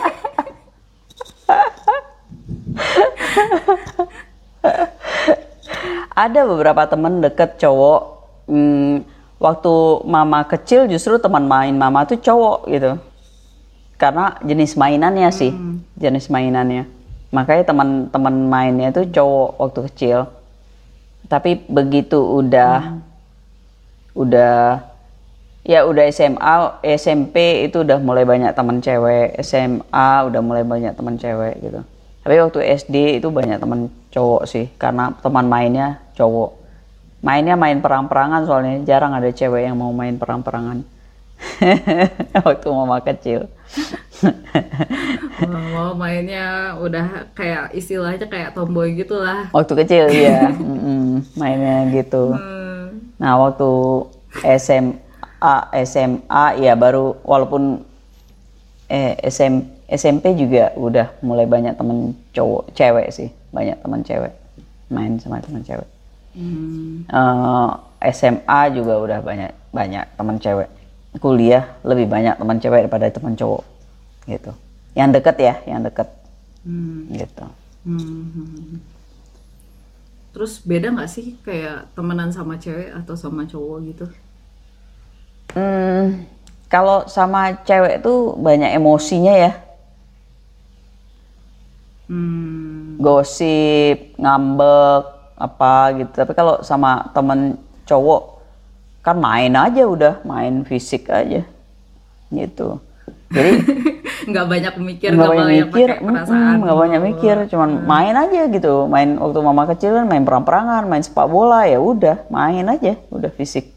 Ada beberapa teman deket cowok. Hmm, waktu mama kecil justru teman main mama tuh cowok gitu. Karena jenis mainannya sih, Hmm. jenis mainannya. Makanya teman-teman mainnya tuh cowok waktu kecil. Tapi begitu udah, udah, ya udah S M A, S M P itu udah mulai banyak teman cewek. S M A udah mulai banyak teman cewek gitu. Tapi waktu S D itu banyak teman cowok sih, karena teman mainnya cowok. Mainnya main perang-perangan soalnya, jarang ada cewek yang mau main perang-perangan. Waktu mama kecil. Wow, mainnya udah kayak istilahnya kayak tomboy gitu lah. Waktu kecil ya, mm-mm, mainnya gitu. Hmm. Nah waktu S M A, S M A ya baru, walaupun eh, S M, S M P juga udah mulai banyak temen cowok, cewek sih, banyak teman cewek, main sama teman cewek. Hmm. Eh, S M A juga udah banyak banyak teman cewek. Kuliah lebih banyak teman cewek daripada teman cowok, gitu. Yang deket ya, yang deket, Hmm. gitu. Hmm. Terus beda nggak sih kayak temenan sama cewek atau sama cowok gitu? Hmm, kalau sama cewek tuh banyak emosinya ya, Hmm. gosip, ngambek, apa gitu. Tapi kalau sama temen cowok kan main aja udah, main fisik aja, gitu. Jadi Nggak banyak mikir, nggak nggak banyak banyak mikir, pakai perasaan. nggak banyak mikir, cuman main aja gitu. Main waktu mama kecil kan main perang-perangan, main sepak bola, ya udah, main aja, udah fisik.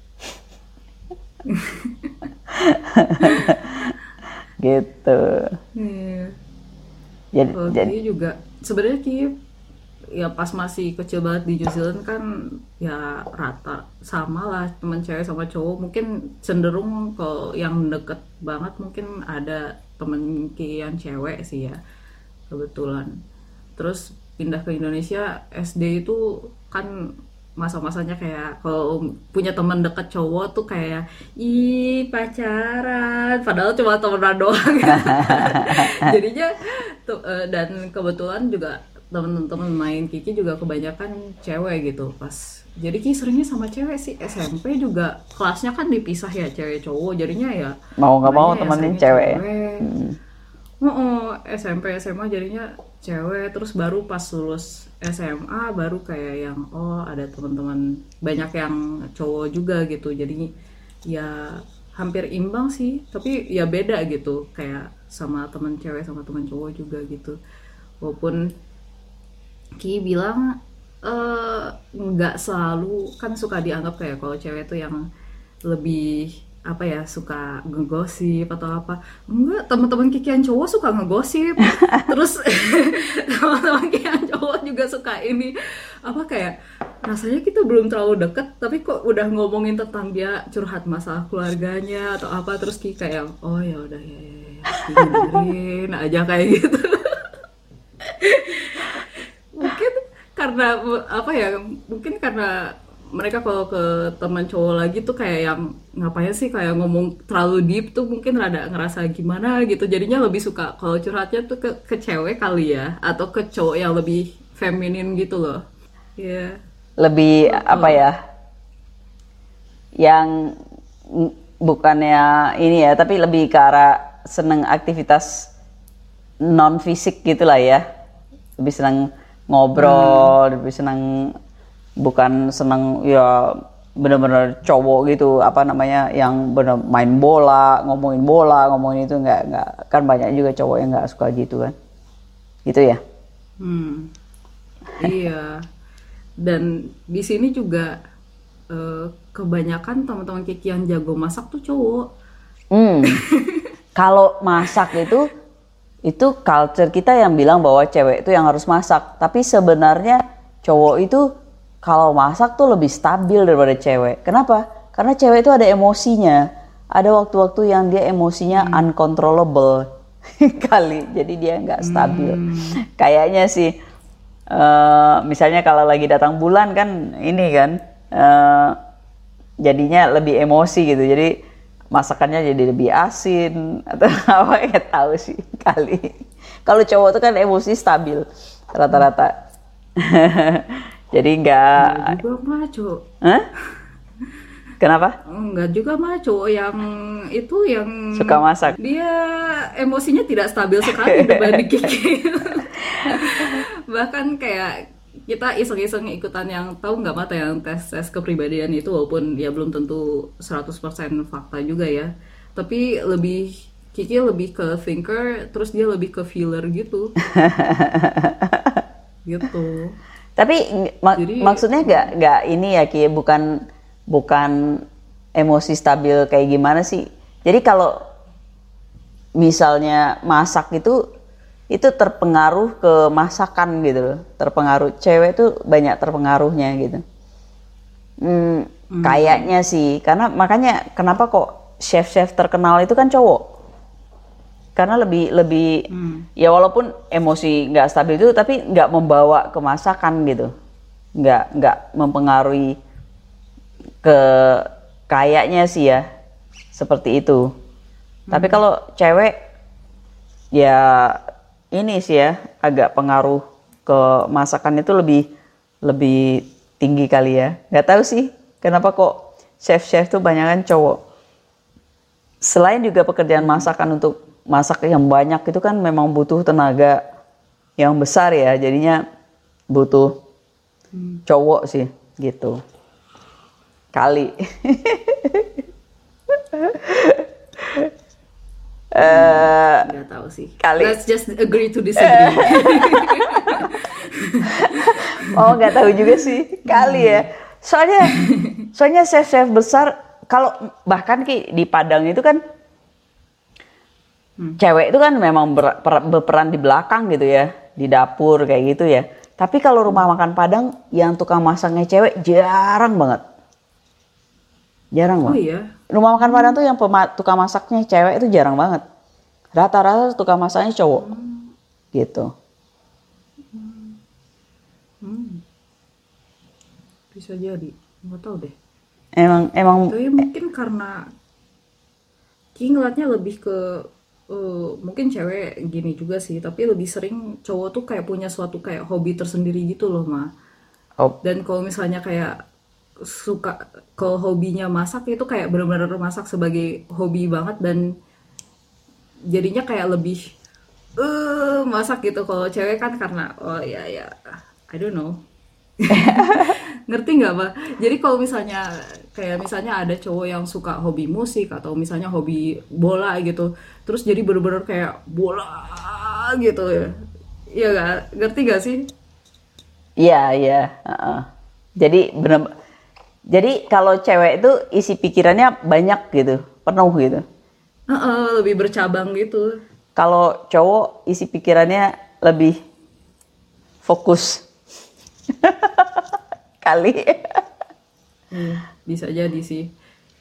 Gitu. Iya. Jadi, Kalau jadi Ki juga sebenarnya Ki ya pas masih kecil banget di New Zealand kan ya rata sama lah teman cewek sama cowok, mungkin cenderung kalau yang deket banget mungkin ada temen Ki yang cewek sih ya kebetulan. Terus pindah ke Indonesia S D itu kan masa-masanya kayak kalau punya teman dekat cowok tuh kayak ih pacaran, padahal cuma temenan doang gitu. Jadinya tuh, eh, dan kebetulan juga temen-temen main Kiki juga kebanyakan cewek gitu pas. Jadi Kiki seringnya sama cewek sih. S M P juga kelasnya kan dipisah ya cewek cowok, jadinya ya mau nggak mau mainnya ya temenin seringnya cewek ya. cewek. Oh, oh, S M P S M A jadinya cewek, terus baru pas lulus S M A baru kayak yang oh ada teman-teman banyak yang cowok juga gitu. Jadi ya hampir imbang sih, tapi ya beda gitu kayak sama teman cewek sama teman cowok juga gitu. Walaupun Ki bilang eh, nggak selalu kan suka dianggap kayak kalau cewek tuh yang lebih apa ya suka ngegosip atau apa. Enggak, teman-teman Kiki yang cowok suka ngegosip. Terus teman-teman Kiki yang cowok juga suka ini apa kayak rasanya kita belum terlalu deket tapi kok udah ngomongin tentang dia curhat masalah keluarganya atau apa, terus Kiki kayak oh ya udah ya ya ya Kiki dengerin aja kayak gitu. Mungkin karena apa ya, mungkin karena mereka kalau ke teman cowok lagi tuh kayak yang ngapain sih kayak ngomong terlalu deep tuh mungkin rada ngerasa gimana gitu, jadinya lebih suka kalau curhatnya tuh ke, ke cewek kali ya atau ke cowok yang lebih feminin gitu loh ya. Yeah. Lebih apa ya, yang mm, bukannya ini ya, tapi lebih ke arah seneng aktivitas non fisik gitulah ya, lebih senang ngobrol, hmm. lebih senang, bukan senang ya benar-benar cowok gitu apa namanya yang benar main bola, ngomongin bola, ngomongin itu nggak nggak kan banyak juga cowok yang nggak suka gitu kan, gitu ya. Hmm. Iya. Dan di sini juga eh, kebanyakan teman-teman Kiki yang jago masak tuh cowok. Hmm. Kalau masak itu itu culture kita yang bilang bahwa cewek itu yang harus masak, tapi sebenarnya cowok itu kalau masak tuh lebih stabil daripada cewek. Kenapa? Karena cewek itu ada emosinya, ada waktu-waktu yang dia emosinya hmm. uncontrollable. kali, jadi dia nggak stabil. Hmm. Kayaknya sih, eh, misalnya kalau lagi datang bulan kan ini kan, eh, jadinya lebih emosi gitu, jadi masakannya jadi lebih asin atau apa, nggak tahu sih kali. Kalau cowok tuh kan emosi stabil rata-rata. Jadi nggak. Enggak juga maco. Hah? Kenapa? Enggak juga maco yang itu yang Suka masak. dia emosinya tidak stabil sekali dibanding Kiki. Bahkan kayak kita iseng-iseng ikutan yang tahu nggak mata yang tes tes kepribadian itu, walaupun ya belum tentu seratus persen fakta juga ya. Tapi lebih Kiki lebih ke thinker, terus dia lebih ke feeler gitu. Gitu. Tapi mak- Jadi maksudnya nggak nggak ini ya Ki, bukan bukan emosi stabil kayak gimana sih? Jadi kalau misalnya masak itu itu terpengaruh ke masakan gitu loh, terpengaruh, cewek tuh banyak terpengaruhnya gitu. Hmm, Hmm. kayaknya sih, karena makanya kenapa kok chef-chef terkenal itu kan cowok, karena lebih lebih Hmm. ya walaupun emosi nggak stabil itu tapi nggak membawa ke masakan gitu, nggak nggak mempengaruhi ke, kayaknya sih ya seperti itu. Tapi kalau cewek ya ini sih ya agak pengaruh ke masakan itu lebih lebih tinggi kali ya. Nggak tahu sih kenapa kok chef-chef tuh banyak kan cowok. Selain juga pekerjaan masakan, untuk masak yang banyak itu kan memang butuh tenaga yang besar ya. Jadinya butuh cowok sih gitu. Kali. Eh, Nggak tahu sih. kali. Let's just agree to disagree. Oh nggak tahu juga sih, kali ya. Soalnya soalnya chef-chef besar, kalau bahkan Ki di Padang itu kan cewek itu kan memang ber- per- berperan di belakang gitu ya, di dapur kayak gitu ya. Tapi kalau rumah makan Padang yang tukang masaknya cewek jarang banget. Jarang Oh banget. iya. Rumah makan Padang tuh yang pema- tukang masaknya cewek itu jarang banget. Rata-rata tukang masaknya cowok. Gitu. Hmm. Bisa jadi. Nggak tahu deh. Emang emang Tapi mungkin karena Ki ngeliatnya lebih ke eh, mungkin cewek gini juga sih, tapi lebih sering cowok tuh kayak punya suatu kayak hobi tersendiri gitu loh, Ma. oh, Dan kalau misalnya kayak suka ke hobinya masak itu kayak benar-benar masak sebagai hobi banget, dan jadinya kayak lebih eh masak gitu. Kalau cewek kan karena oh ya ya I don't know. Ngerti nggak, Pak? Jadi kalau misalnya kayak misalnya ada cowok yang suka hobi musik atau misalnya hobi bola gitu, terus jadi bener-bener kayak bola gitu ya. Iya nggak? Ngerti nggak sih? iya iya. Heeh. Jadi benar. Jadi kalau cewek itu isi pikirannya banyak gitu, penuh gitu. Heeh, lebih bercabang gitu. Kalau cowok isi pikirannya lebih fokus. Kali. Iya, bisa jadi sih.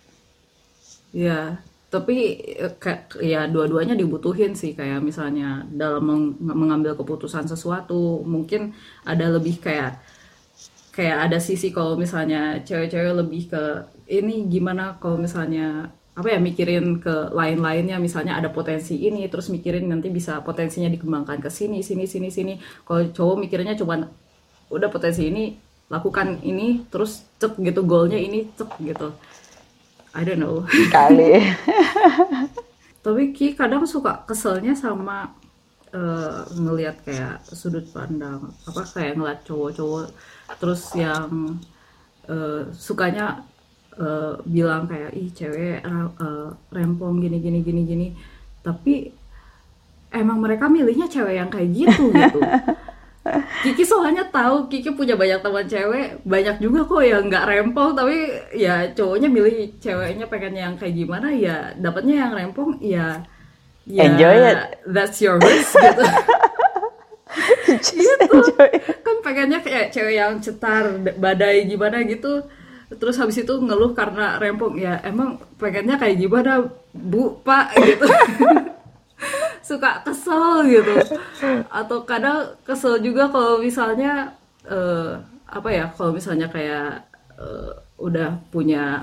Ya, tapi eh, kayak ya dua-duanya dibutuhin sih, kayak misalnya dalam meng- mengambil keputusan sesuatu mungkin ada lebih kayak kayak ada sisi kalau misalnya cewek-cewek lebih ke ini gimana kalau misalnya apa ya, mikirin ke lain-lainnya, misalnya ada potensi ini terus mikirin nanti bisa potensinya dikembangkan ke sini sini sini sini. Kalau cowok mikirnya cuman udah potensi ini, lakukan ini terus cek gitu, goalnya ini cek gitu. I don't know. Kali. Tapi Ki kadang suka keselnya sama eh, ngelihat kayak sudut pandang apa, kayak ngeliat cowok-cowok terus yang eh, sukanya eh, bilang kayak ih cewek ra- eh, rempong gini gini gini gini, tapi emang mereka milihnya cewek yang kayak gitu gitu. Kiki soalnya tahu, Kiki punya banyak teman cewek, banyak juga kok yang nggak rempong, tapi ya cowoknya milih ceweknya pengen yang kayak gimana, ya dapatnya yang rempong, ya ya Enjoy it. that's your risk gitu. Just Gitu. enjoy. Kan pengennya kayak cewek yang cetar, badai gimana gitu. Terus habis itu ngeluh karena rempong. Ya emang pengennya kayak gimana, Bu, Pak gitu. suka kesel gitu. Atau kadang kesel juga kalau misalnya eh, apa ya, kalau misalnya kayak eh, udah punya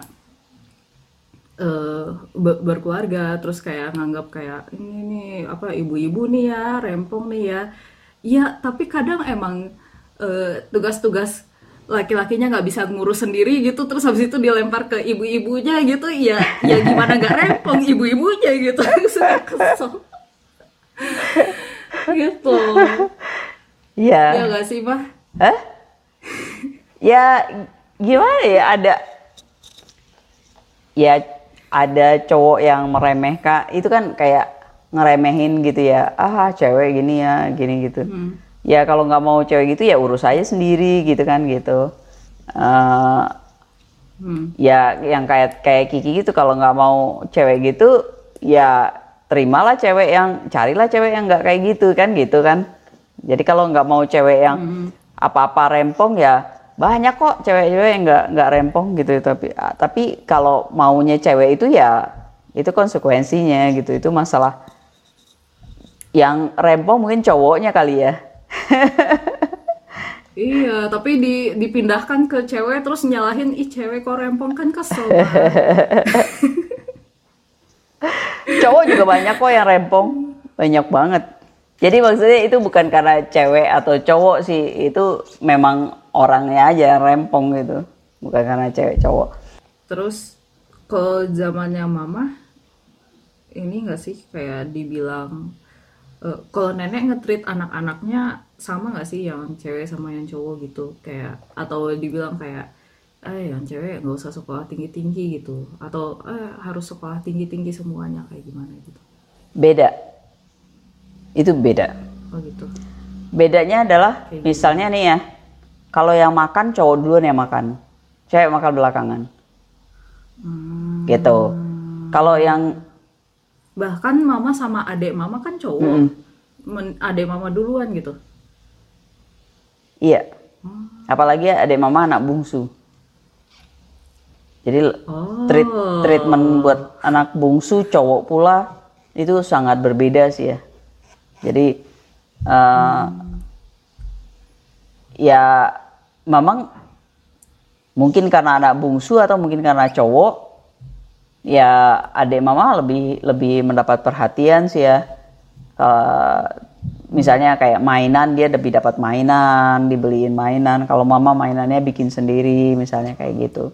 eh, be- berkeluarga terus kayak nganggap kayak ini nih apa ibu-ibu nih ya, rempong nih ya. Iya, tapi kadang emang eh, tugas-tugas laki-lakinya nggak bisa ngurus sendiri gitu, terus habis itu dilempar ke ibu-ibunya gitu, ya ya gimana nggak rempong ibu-ibunya gitu. Suka kesel gitu. Ya Iya. nggak sih, Mah? Hah? Ya gimana ya, ada ya ada cowok yang meremehkan itu kan kayak ngeremehin gitu ya, ah cewek gini ya gini gitu. Ya kalau nggak mau cewek gitu ya urus aja sendiri gitu kan gitu. Eh, Hmm. ya yang kayak kayak Kiki gitu, kalau nggak mau cewek gitu ya terimalah cewek yang carilah cewek yang nggak kayak gitu kan gitu kan. Jadi kalau nggak mau cewek yang apa-apa rempong ya banyak kok cewek-cewek yang nggak nggak rempong gitu. Tapi tapi kalau maunya cewek itu ya itu konsekuensinya gitu. Itu masalah yang rempong mungkin cowoknya kali ya. Iya, tapi di, dipindahkan ke cewek terus nyalahin, ih cewek kok rempong, kan kesel kan. Cowok juga banyak kok yang rempong, banyak banget. Jadi maksudnya itu bukan karena cewek atau cowok sih, itu memang orangnya aja yang rempong gitu, bukan karena cewek cowok. Terus ke zamannya mama, ini nggak sih kayak dibilang eh, kalau nenek nge-treat anak-anaknya sama nggak sih yang cewek sama yang cowok gitu, kayak atau dibilang kayak eh yang cewek nggak usah sekolah tinggi-tinggi gitu, atau eh harus sekolah tinggi-tinggi semuanya, kayak gimana gitu. Beda, itu beda. Oh gitu. Bedanya adalah Kayak gitu. misalnya nih ya, kalau yang makan cowok duluan yang makan, cewek makan belakangan, gitu. Kalau yang Bahkan mama sama adek mama kan cowok. mm-mm, Men- adek mama duluan gitu. iya, apalagi adik mama anak bungsu. Jadi Oh. treat treatment buat anak bungsu cowok pula itu sangat berbeda sih ya. Jadi eh, ya memang mungkin karena anak bungsu atau mungkin karena cowok, ya adik mama lebih lebih mendapat perhatian sih ya. Eh, misalnya kayak mainan, dia lebih dapat mainan, dibeliin mainan. Kalau mama mainannya bikin sendiri misalnya kayak gitu.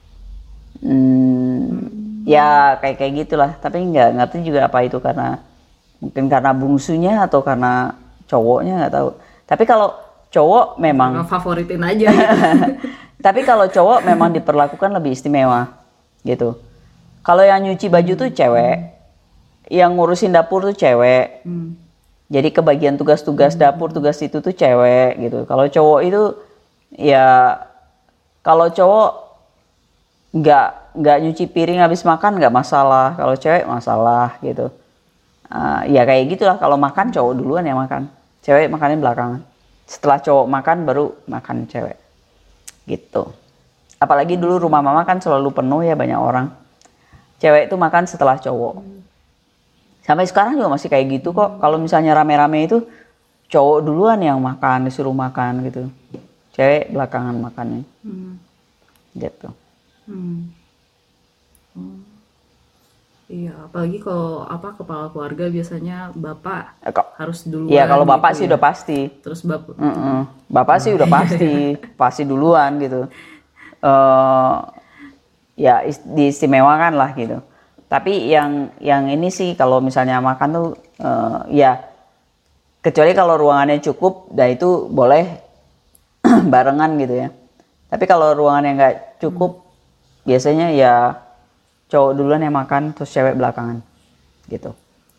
Hmm, ya kayak kayak gitulah. Tapi nggak ngerti juga apa itu karena mungkin karena bungsunya atau karena cowoknya, nggak tahu. Tapi kalau cowok memang Favoritin aja gitu. tapi kalau cowok memang diperlakukan lebih istimewa gitu. Kalau yang nyuci baju tuh cewek, yang ngurusin dapur tuh cewek. Hmm. Jadi kebagian tugas-tugas dapur, tugas itu tuh cewek gitu. Kalau cowok itu ya, kalau cowok nggak nggak nyuci piring habis makan nggak masalah. Kalau cewek masalah gitu. Uh, ya kayak gitulah, kalau makan cowok duluan yang makan, cewek makannya belakangan. Setelah cowok makan baru makan cewek gitu. Apalagi dulu rumah mama kan selalu penuh ya, banyak orang, cewek itu makan setelah cowok. Sampai sekarang juga masih kayak gitu kok. Kalau misalnya rame-rame itu cowok duluan yang makan, disuruh makan gitu, cewek belakangan makannya. Hmm. Gitu. Hmm. Oh. Iya, apalagi kalau apa kepala keluarga biasanya bapak Eh, kok harus duluan. Iya, kalau bapak gitu sih ya. udah pasti. Terus bapak. Mm-mm. Bapak sih udah pasti, pasti duluan gitu. Eh ya is- diistimewakan lah gitu. Tapi yang yang ini sih kalau misalnya makan tuh eh, ya kecuali kalau ruangannya cukup, dah itu boleh barengan gitu ya. Tapi kalau ruangannya nggak cukup, biasanya ya cowok duluan yang makan terus cewek belakangan gitu.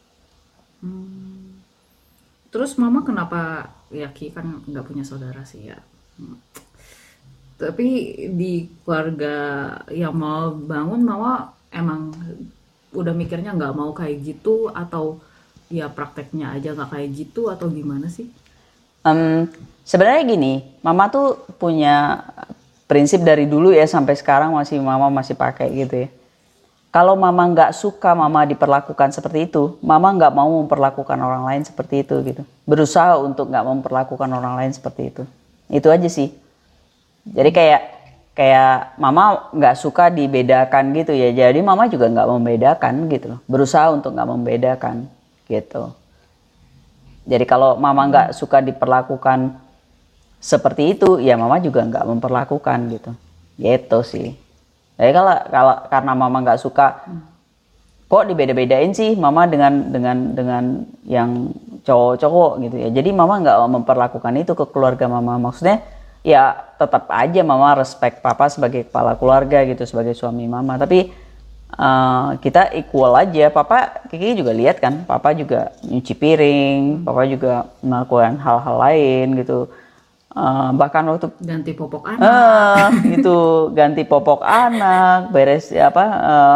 Terus mama kenapa, ya Ki kan nggak punya saudara sih ya. Hmm. Tapi di keluarga yang mau bangun, mama emang udah mikirnya nggak mau kayak gitu, atau ya prakteknya aja nggak kayak gitu, atau gimana sih? Em, sebenarnya gini, mama tuh punya prinsip dari dulu ya sampai sekarang masih mama masih pakai gitu ya. Kalau mama nggak suka mama diperlakukan seperti itu, mama nggak mau memperlakukan orang lain seperti itu gitu. Berusaha untuk nggak memperlakukan orang lain seperti itu. Itu aja sih. Jadi kayak kayak mama nggak suka dibedakan gitu ya. Jadi mama juga nggak membedakan gitu. Berusaha untuk nggak membedakan gitu. Jadi kalau mama nggak suka diperlakukan seperti itu, ya mama juga nggak memperlakukan gitu. Gitu sih. Jadi kalau kalau karena mama nggak suka, kok dibeda-bedain sih mama dengan dengan dengan yang cowok-cowok gitu ya. Jadi mama nggak memperlakukan itu ke keluarga mama. Maksudnya ya tetap aja mama respect papa sebagai kepala keluarga gitu, sebagai suami mama. Tapi uh, kita equal aja. Papa, Kiki juga lihat kan, papa juga nyuci piring, papa juga melakukan hal-hal lain gitu. Uh, bahkan waktu ganti popok anak, uh, itu ganti popok anak, beres apa, uh,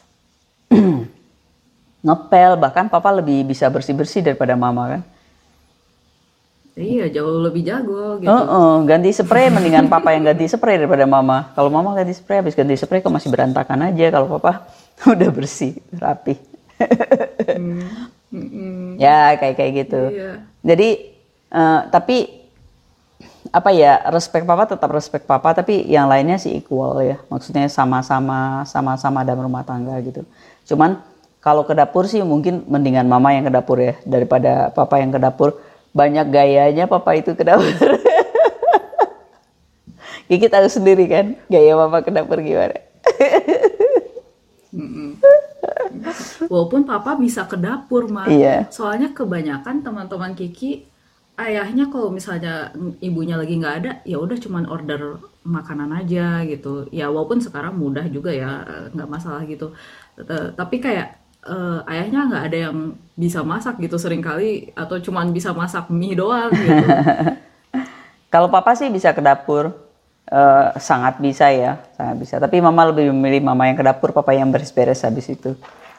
ngepel, bahkan papa lebih bisa bersih-bersih daripada mama kan. Iya, jauh lebih jago gitu. Uh, uh, ganti spray mendingan papa yang ganti spray daripada mama. Kalau mama ganti spray, habis ganti spray kok masih berantakan aja. Kalau papa udah bersih, rapi. hmm. Hmm. Ya kayak kayak gitu. Iya. Jadi uh, tapi apa ya, respect papa tetap respect papa, tapi yang lainnya sih equal ya, maksudnya sama-sama sama-sama dalam rumah tangga gitu. Cuman kalau ke dapur sih mungkin mendingan mama yang ke dapur ya daripada papa yang ke dapur. Banyak gayanya papa itu ke dapur. Kiki tahu sendiri kan gaya papa ke dapur gimana. Walaupun papa bisa ke dapur mah, Iya. Soalnya kebanyakan teman-teman Kiki ayahnya kalau misalnya ibunya lagi nggak ada, ya udah cuman order makanan aja gitu. Ya walaupun sekarang mudah juga ya, nggak masalah gitu. Tapi kayak uh, ayahnya nggak ada yang bisa masak gitu seringkali, atau cuman bisa masak mie doang gitu. Kalau papa sih bisa ke dapur, uh, sangat bisa ya, sangat bisa. Tapi mama lebih memilih mama yang ke dapur, papa yang beres-beres habis itu.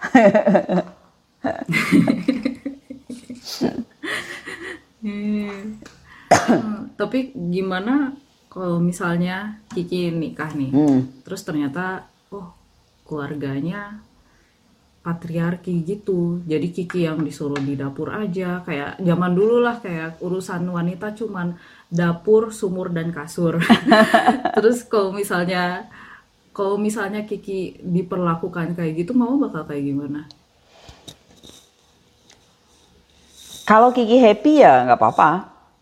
Hmm. Tapi gimana kalau misalnya Kiki nikah nih, Hmm. terus ternyata oh keluarganya patriarki gitu, jadi Kiki yang disuruh di dapur aja, kayak zaman dulu lah, kayak urusan wanita cuman dapur, sumur dan kasur. Terus kalau misalnya kalau misalnya Kiki diperlakukan kayak gitu, mau bakal kayak gimana? Kalau Kiki happy ya nggak apa-apa.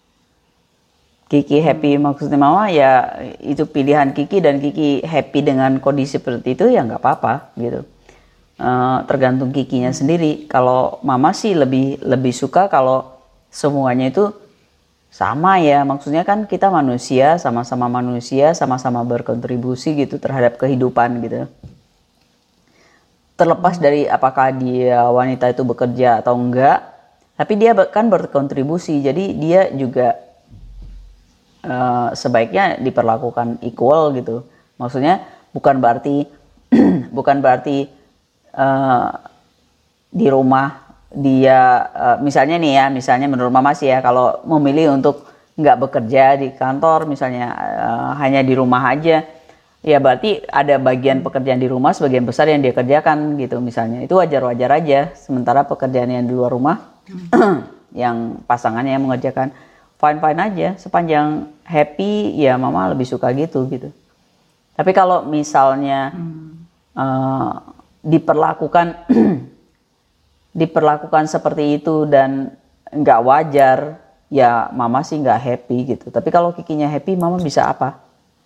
Kiki happy hmm. maksudnya mama ya itu pilihan Kiki, dan Kiki happy dengan kondisi seperti itu ya nggak apa-apa gitu. Uh, tergantung Kikinya hmm. sendiri. Kalau mama sih lebih lebih suka kalau semuanya itu sama ya. Maksudnya kan kita manusia, sama-sama manusia, sama-sama berkontribusi gitu terhadap kehidupan gitu. Terlepas hmm. dari apakah dia wanita itu bekerja atau enggak. Tapi dia kan berkontribusi, jadi dia juga uh, sebaiknya diperlakukan equal gitu. Maksudnya bukan berarti bukan berarti uh, di rumah dia uh, misalnya nih ya, misalnya menurut mama sih ya, kalau memilih untuk nggak bekerja di kantor, misalnya uh, hanya di rumah aja, ya berarti ada bagian pekerjaan di rumah sebagian besar yang dia kerjakan gitu misalnya. Itu wajar-wajar aja. Sementara pekerjaan yang di luar rumah yang pasangannya yang mengerjakan, fine-fine aja, sepanjang happy ya mama lebih suka gitu gitu. Tapi kalau misalnya hmm. uh, diperlakukan diperlakukan seperti itu dan nggak wajar, ya mama sih nggak happy gitu. Tapi kalau Kikinya happy, mama bisa apa?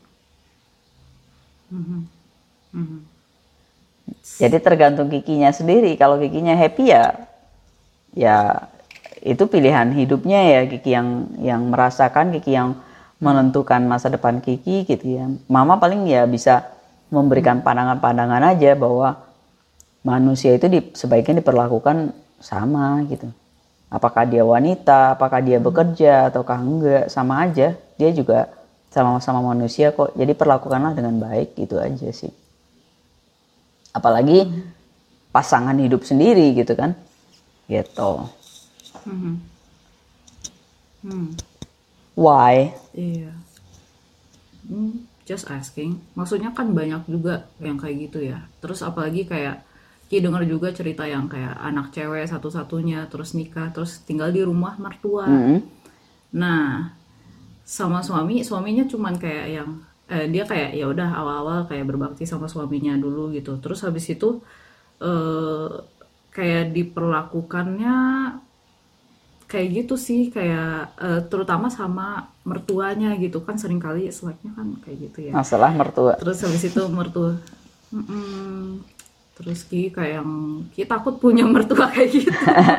Hmm. Hmm. Jadi tergantung Kikinya sendiri. Kalau Kikinya happy ya ya itu pilihan hidupnya ya, Kiki yang yang merasakan, Kiki yang menentukan masa depan Kiki gitu ya. Mama paling ya bisa memberikan pandangan-pandangan aja bahwa manusia itu di, sebaiknya diperlakukan sama gitu. Apakah dia wanita, apakah dia bekerja ataukah enggak, sama aja. Dia juga sama-sama manusia kok. Jadi perlakukanlah dengan baik gitu aja sih. Apalagi pasangan hidup sendiri gitu kan. Gitu. Hmm. Hmm. Why? Iya. Hmm. just asking. Maksudnya kan banyak juga yang kayak gitu ya. Terus apalagi kayak Ki denger juga cerita yang kayak anak cewek satu-satunya terus nikah terus tinggal di rumah mertua. Mm-mm. Nah, sama suami, suaminya cuman kayak yang eh, dia kayak ya udah awal-awal kayak berbakti sama suaminya dulu gitu. Terus habis itu eh, kayak diperlakukannya kayak gitu sih, kayak eh, terutama sama mertuanya gitu kan, seringkali seleknya kan kayak gitu ya. Masalah mertua. Terus habis itu mertua, mm-mm. Terus Ki kayak yang Ki takut punya mertua kayak gitu.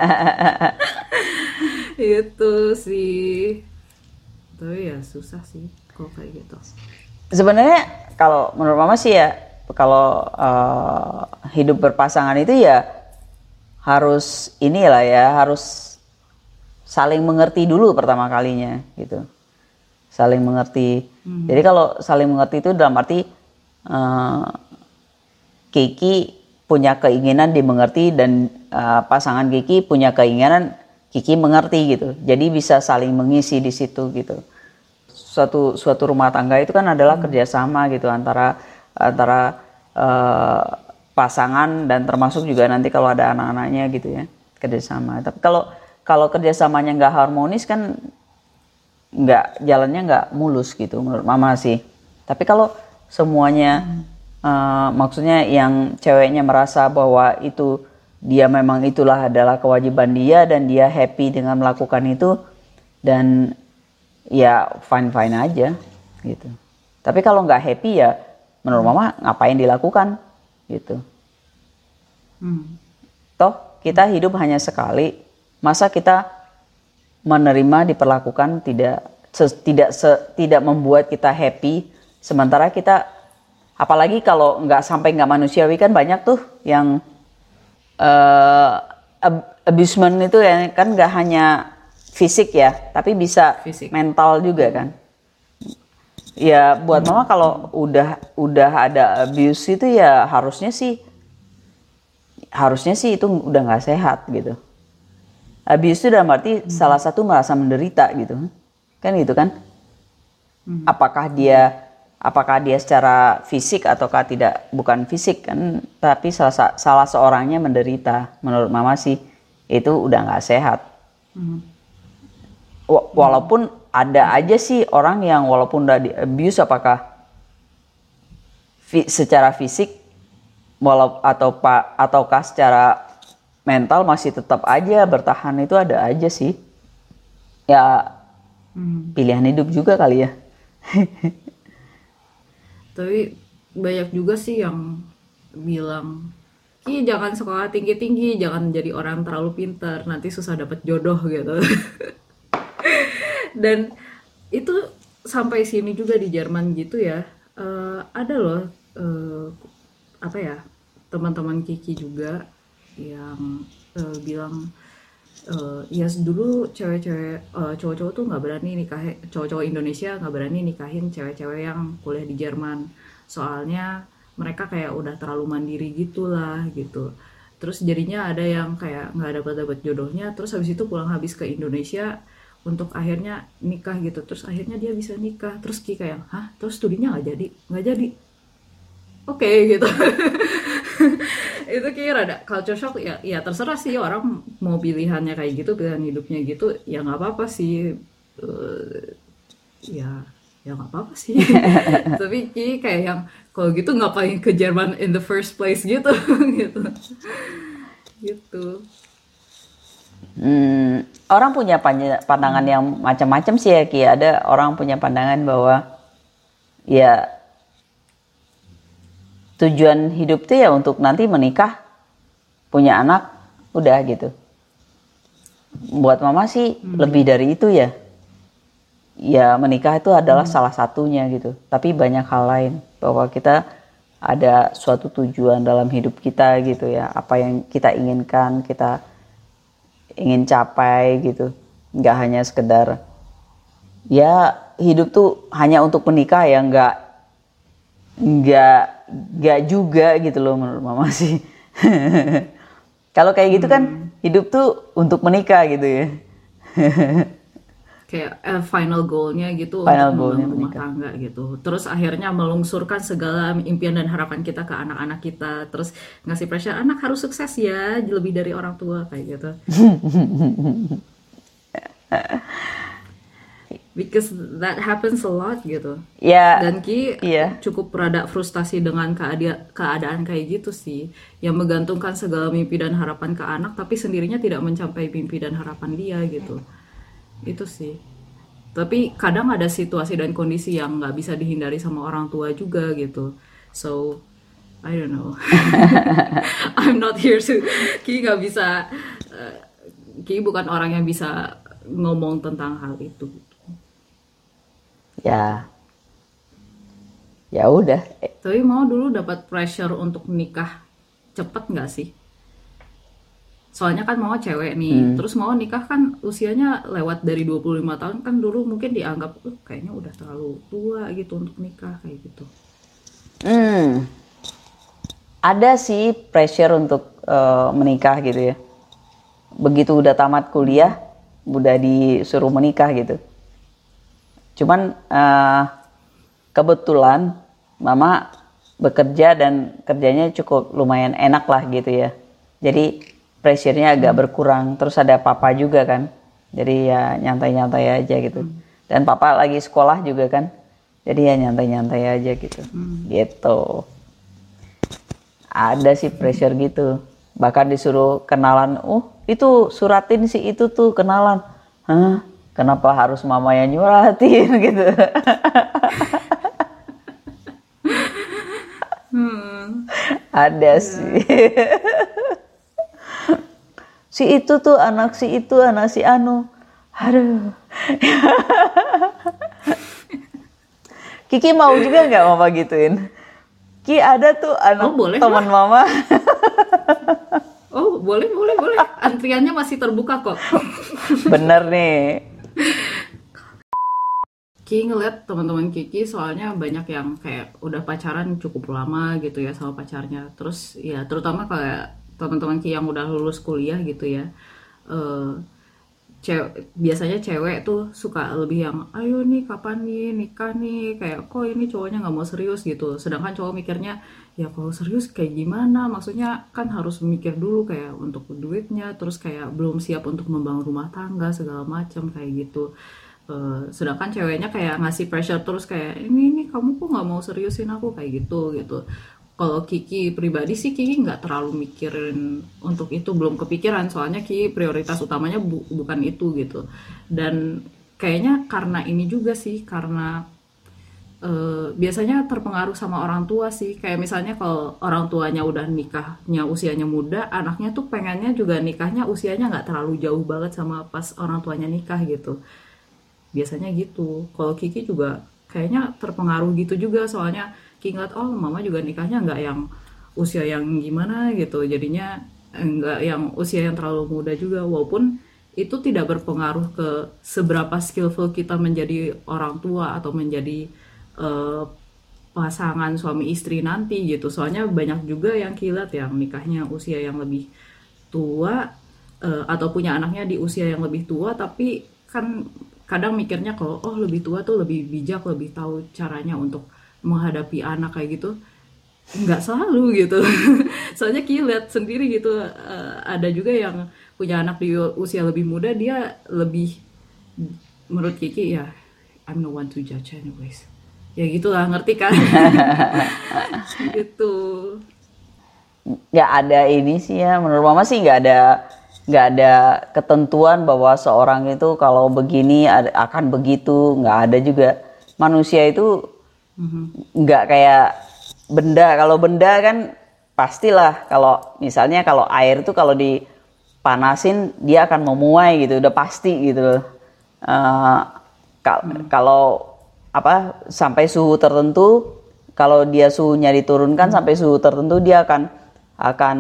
Itu sih. Tapi ya susah sih kalau kayak gitu. Sebenarnya kalau menurut Mama sih ya, kalau uh, hidup berpasangan itu ya harus inilah ya, harus saling mengerti dulu pertama kalinya gitu. Saling mengerti. Hmm. Jadi kalau saling mengerti itu dalam arti uh, Kiki punya keinginan dimengerti dan uh, pasangan Kiki punya keinginan Kiki mengerti gitu. Jadi bisa saling mengisi di situ gitu. Suatu suatu rumah tangga itu kan adalah hmm. kerjasama gitu antara antara uh, pasangan dan termasuk juga nanti kalau ada anak-anaknya gitu ya, kerjasama. Tapi kalau kalau kerjasamanya nggak harmonis kan nggak, jalannya nggak mulus gitu menurut Mama sih. Tapi kalau semuanya hmm. uh, maksudnya yang ceweknya merasa bahwa itu dia memang itulah adalah kewajiban dia dan dia happy dengan melakukan itu, dan ya fine fine aja gitu. Tapi kalau nggak happy ya menurut Mama ngapain dilakukan gitu. Hmm. Toh kita hidup hanya sekali, masa kita menerima diperlakukan tidak se, tidak se, tidak membuat kita happy, sementara kita apalagi kalau nggak sampai nggak manusiawi kan banyak tuh yang uh, ab- abusement itu ya kan, nggak hanya fisik ya tapi bisa fisik. Mental juga kan. Ya buat Mama kalau udah udah ada abuse itu ya harusnya sih harusnya sih itu udah nggak sehat gitu. Abuse itu dalam arti hmm. salah satu merasa menderita gitu kan, gitu kan. Hmm. Apakah dia apakah dia secara fisik ataukah tidak, bukan fisik kan, tapi salah salah seorangnya menderita. Menurut Mama sih itu udah nggak sehat. Hmm. Walaupun ada aja sih orang yang walaupun udah di abuse, apakah fi, secara fisik walau atau pa, ataukah secara mental masih tetap aja bertahan, itu ada aja sih. Ya hmm. pilihan hidup juga kali ya. Tapi banyak juga sih yang bilang, Ki jangan sekolah tinggi-tinggi, jangan jadi orang terlalu pintar, nanti susah dapat jodoh gitu. Dan itu sampai sini juga di Jerman gitu ya, uh, ada loh uh, apa ya, teman-teman Kiki juga yang uh, bilang uh, ya dulu cewek-cewek uh, cowok-cowok tuh nggak berani nikahin, cowok-cowok Indonesia nggak berani nikahin cewek-cewek yang kuliah di Jerman, soalnya mereka kayak udah terlalu mandiri gitulah gitu. Terus jadinya ada yang kayak nggak dapat dapat jodohnya, terus habis itu pulang habis ke Indonesia untuk akhirnya nikah gitu. Terus akhirnya dia bisa nikah, terus Ki kayak hah, terus studinya nggak jadi nggak jadi oke okay, gitu. Itu kira ada culture shock ya. Ya terserah sih orang mau pilihannya kayak gitu, pilihan hidupnya gitu ya nggak apa-apa sih, uh, ya ya nggak apa-apa sih. Tapi Ki kayak yang kalau gitu ngapain ke Jerman in the first place gitu. Gitu gitu. Hmm, orang punya pandangan yang macam-macam sih ya Ki. Ada orang punya pandangan bahwa ya tujuan hidup tuh ya untuk nanti menikah, punya anak, udah gitu. Buat Mama sih hmm. lebih dari itu ya. Ya menikah itu adalah hmm. salah satunya gitu. Tapi banyak hal lain, bahwa kita ada suatu tujuan dalam hidup kita gitu ya. Apa yang kita inginkan, kita ingin capai gitu, nggak hanya sekedar ya hidup tuh hanya untuk menikah ya, nggak nggak nggak juga gitu loh menurut Mama sih. Kalau kayak gitu kan hmm. hidup tuh untuk menikah gitu ya. kayak eh, final goalnya gitu untuk Final goalnya membangun rumah menikah. tangga gitu. Terus akhirnya melungsurkan segala impian dan harapan kita ke anak-anak kita. Terus ngasih pressure anak harus sukses ya, lebih dari orang tua kayak gitu. Because that happens a lot gitu. Ya, Dan Ki iya. cukup rada frustasi dengan keada- keadaan kayak gitu sih. Yang menggantungkan segala mimpi dan harapan ke anak, tapi sendirinya tidak mencapai mimpi dan harapan dia gitu. Itu sih. Tapi kadang ada situasi dan kondisi yang nggak bisa dihindari sama orang tua juga gitu. So, I don't know. I'm not here to... Ki nggak bisa... eh, Ki bukan orang yang bisa ngomong tentang hal itu. Ya, ya udah. Eh, Tapi mau dulu dapat pressure untuk nikah cepet nggak sih? Soalnya kan mau cewek nih, terus mau nikah kan usianya lewat dari dua puluh lima tahun kan dulu mungkin dianggap "Uh, kayaknya udah terlalu tua gitu untuk nikah kayak gitu." Hmm, ada sih pressure untuk eh, menikah gitu ya. Begitu udah tamat kuliah, udah disuruh menikah gitu. Cuman eh, kebetulan mama bekerja dan kerjanya cukup lumayan enak lah gitu ya. Jadi pressure-nya agak berkurang. Terus ada papa juga kan. Jadi ya nyantai-nyantai aja gitu. Dan papa lagi sekolah juga kan. Jadi ya nyantai-nyantai aja gitu. Gitu. Ada sih pressure gitu. Bahkan disuruh kenalan. Oh itu suratin si itu tuh kenalan. Hah? Kenapa harus mama yang nyuratin gitu. Ada sih. Si itu tuh anak si itu anak si anu. Aduh. Kiki mau juga nggak mama gituin? Ki ada tuh anak Oh, boleh teman mama. Oh, boleh, boleh, boleh. Antriannya masih terbuka kok. Bener nih. Ki ngeliat teman-teman Kiki soalnya banyak yang kayak udah pacaran cukup lama gitu ya sama pacarnya. Terus ya terutama kayak teman-teman Ki yang udah lulus kuliah gitu ya. Eh cewek, biasanya cewek tuh suka lebih yang ayo nih kapan nih nikah nih, kayak kok ini cowoknya nggak mau serius gitu, sedangkan cowok mikirnya ya kalau serius kayak gimana, maksudnya kan harus mikir dulu kayak untuk duitnya, terus kayak belum siap untuk membangun rumah tangga segala macam kayak gitu. Eh, sedangkan ceweknya kayak ngasih pressure terus kayak ini ini kamu kok nggak mau seriusin aku kayak gitu gitu. Kalau Kiki pribadi sih Kiki nggak terlalu mikirin untuk itu, belum kepikiran soalnya Kiki prioritas utamanya bu- bukan itu gitu. Dan kayaknya karena ini juga sih, karena eh, biasanya terpengaruh sama orang tua sih. Kayak misalnya kalau orang tuanya udah nikahnya usianya muda, anaknya tuh pengennya juga nikahnya usianya nggak terlalu jauh banget sama pas orang tuanya nikah gitu. Biasanya gitu. Kalau Kiki juga kayaknya terpengaruh gitu juga, soalnya Kiki ngeliat oh mama juga nikahnya nggak yang usia yang gimana gitu, jadinya eh, nggak yang usia yang terlalu muda juga, walaupun itu tidak berpengaruh ke seberapa skillful kita menjadi orang tua atau menjadi eh, pasangan suami istri nanti gitu. Soalnya banyak juga yang kilat yang nikahnya usia yang lebih tua eh, atau punya anaknya di usia yang lebih tua, tapi kan kadang mikirnya kalau oh lebih tua tuh lebih bijak, lebih tahu caranya untuk menghadapi anak kayak gitu. Nggak selalu gitu. Soalnya Ki lihat sendiri gitu, eh, ada juga yang punya anak di usia lebih muda, dia lebih, menurut Kiki ya I'm no one to judge anyways, ya gitulah, ngerti kan? Gitu. Nggak ada ini sih ya, menurut mama sih nggak ada nggak ada ketentuan bahwa seorang itu kalau begini ada- akan begitu, nggak ada juga. Manusia itu nggak kayak benda. Kalau benda kan pastilah, kalau misalnya kalau air itu kalau dipanasin dia akan memuai gitu, udah pasti gitu loh. Eh, kal- kalau apa sampai suhu tertentu, kalau dia suhunya diturunkan sampai suhu tertentu, dia akan akan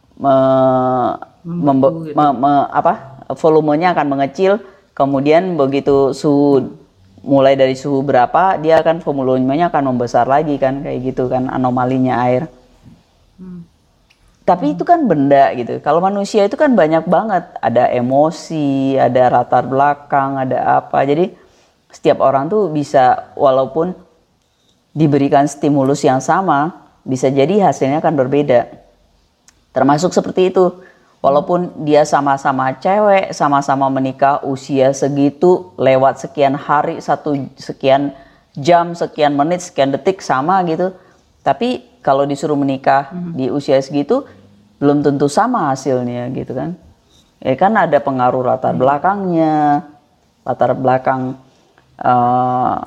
me- membe- Membeku gitu. me- me- apa volumenya akan mengecil, kemudian begitu suhu mulai dari suhu berapa, dia akan volumenya akan membesar lagi kan, kayak gitu kan anomalinya air. Tapi itu kan benda gitu. Kalau manusia itu kan banyak banget. Ada emosi, ada latar belakang, ada apa. Jadi setiap orang tuh bisa, walaupun diberikan stimulus yang sama, bisa jadi hasilnya akan berbeda. Termasuk seperti itu. Walaupun dia sama-sama cewek, sama-sama menikah usia segitu, lewat sekian hari, satu sekian jam, sekian menit, sekian detik sama gitu. Tapi kalau disuruh menikah hmm. di usia segitu, belum tentu sama hasilnya gitu kan. Ya kan ada pengaruh latar belakangnya, latar belakang uh,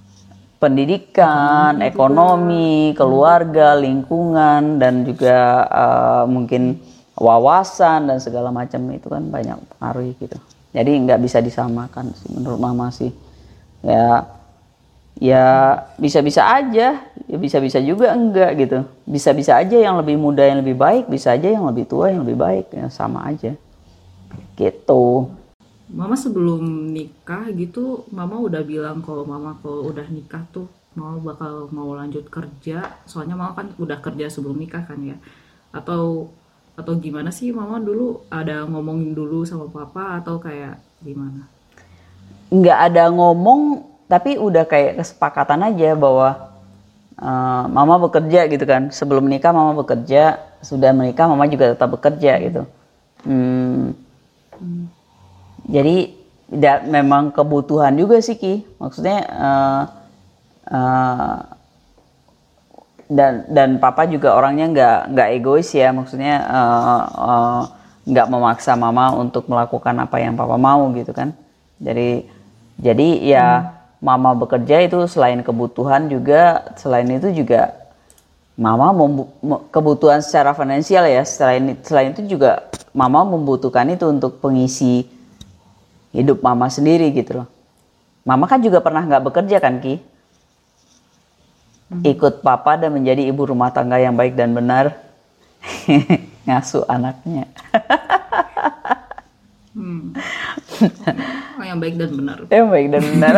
pendidikan, ekonomi, keluarga, lingkungan, dan juga uh, mungkin wawasan dan segala macam itu kan banyak pengaruh gitu. Jadi nggak bisa disamakan sih menurut mama sih. Ya, ya bisa-bisa aja, ya bisa-bisa juga enggak gitu. Bisa-bisa aja yang lebih muda yang lebih baik, bisa aja yang lebih tua yang lebih baik, ya sama aja. Gitu. Mama sebelum nikah gitu, mama udah bilang kalau mama kalau udah nikah tuh mau bakal mau lanjut kerja. Soalnya mama kan udah kerja sebelum nikah kan ya. Atau atau gimana sih mama dulu ada ngomongin dulu sama papa atau kayak gimana? Nggak ada ngomong, tapi udah kayak kesepakatan aja bahwa uh, mama bekerja gitu kan. Sebelum nikah mama bekerja, sudah menikah mama juga tetap bekerja gitu. Hmm. Hmm. Jadi da, memang kebutuhan juga sih Ki. Maksudnya uh, uh, dan dan papa juga orangnya nggak nggak egois ya, maksudnya uh, uh, nggak memaksa mama untuk melakukan apa yang papa mau gitu kan. Jadi jadi ya hmm. mama bekerja itu selain kebutuhan juga, selain itu juga mama membu- kebutuhan secara finansial ya, selain selain itu juga mama membutuhkan itu untuk pengisi hidup mama sendiri gitu loh. Mama kan juga pernah nggak bekerja kan Ki? Ikut papa dan menjadi ibu rumah tangga yang baik dan benar, ngasuh anaknya. hmm. Oh, yang baik dan benar. Yang baik dan benar.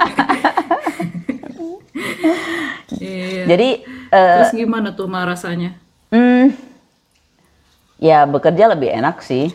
yeah. Jadi terus uh, gimana tuh ma rasanya? Hmm, ya bekerja lebih enak sih.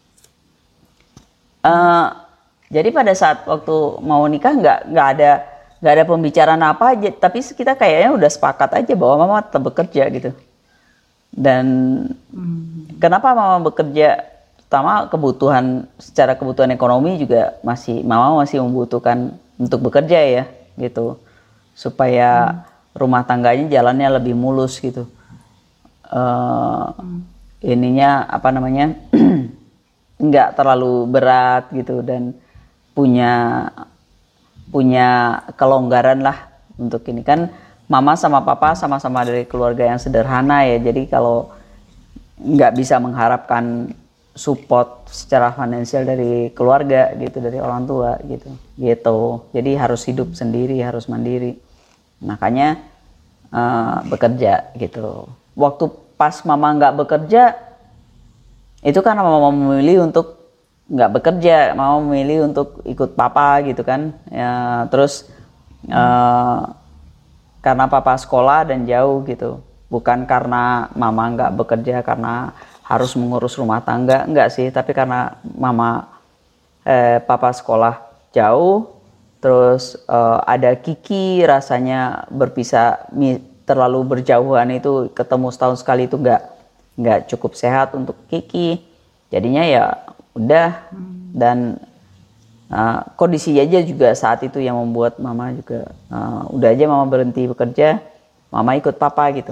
Uh, jadi pada saat waktu mau nikah nggak nggak ada nggak ada pembicaraan apa aja, tapi kita kayaknya udah sepakat aja bahwa mama tetap bekerja gitu. Dan hmm. kenapa mama bekerja? Pertama kebutuhan, secara kebutuhan ekonomi juga masih mama masih membutuhkan untuk bekerja ya gitu, supaya hmm. rumah tangganya jalannya lebih mulus gitu. Uh, hmm. Ininya apa namanya nggak terlalu berat gitu, dan punya punya kelonggaran lah untuk ini kan. Mama sama papa sama-sama dari keluarga yang sederhana ya, jadi kalau nggak bisa mengharapkan support secara finansial dari keluarga gitu, dari orang tua gitu gitu jadi harus hidup sendiri, harus mandiri, makanya uh, bekerja gitu. Waktu pas mama nggak bekerja itu karena mama memilih untuk nggak bekerja, mama memilih untuk ikut papa gitu kan ya. Terus uh, karena papa sekolah dan jauh gitu, bukan karena mama nggak bekerja karena harus mengurus rumah tangga, enggak sih, tapi karena mama eh, papa sekolah jauh, terus eh, ada Kiki, rasanya berpisah mi, terlalu berjauhan itu, ketemu setahun sekali itu enggak enggak cukup sehat untuk Kiki, jadinya ya udah. Dan uh, kondisi aja juga saat itu yang membuat mama juga uh, udah aja mama berhenti bekerja, mama ikut papa gitu.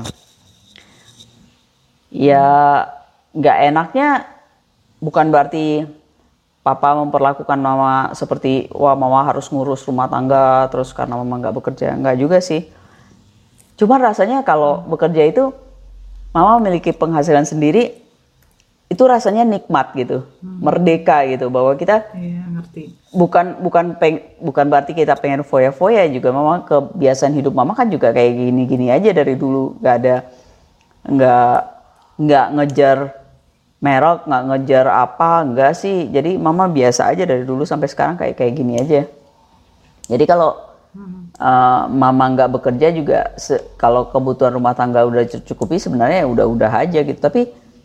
Ya nggak enaknya bukan berarti papa memperlakukan mama seperti wah mama harus ngurus rumah tangga terus karena mama nggak bekerja, nggak juga sih. Cuma rasanya kalau bekerja itu mama memiliki penghasilan sendiri, itu rasanya nikmat gitu, hmm. merdeka gitu, bahwa kita iya, ngerti. bukan bukan peng, bukan berarti kita pengen foya-foya juga. Mama kebiasaan hidup mama kan juga kayak gini-gini aja dari dulu, nggak ada nggak nggak ngejar merek, nggak ngejar apa, enggak sih. Jadi mama biasa aja dari dulu sampai sekarang kayak kayak gini aja. Jadi kalau hmm. uh, mama nggak bekerja juga, se- kalau kebutuhan rumah tangga udah tercukupi sebenarnya ya udah-udah aja gitu. Tapi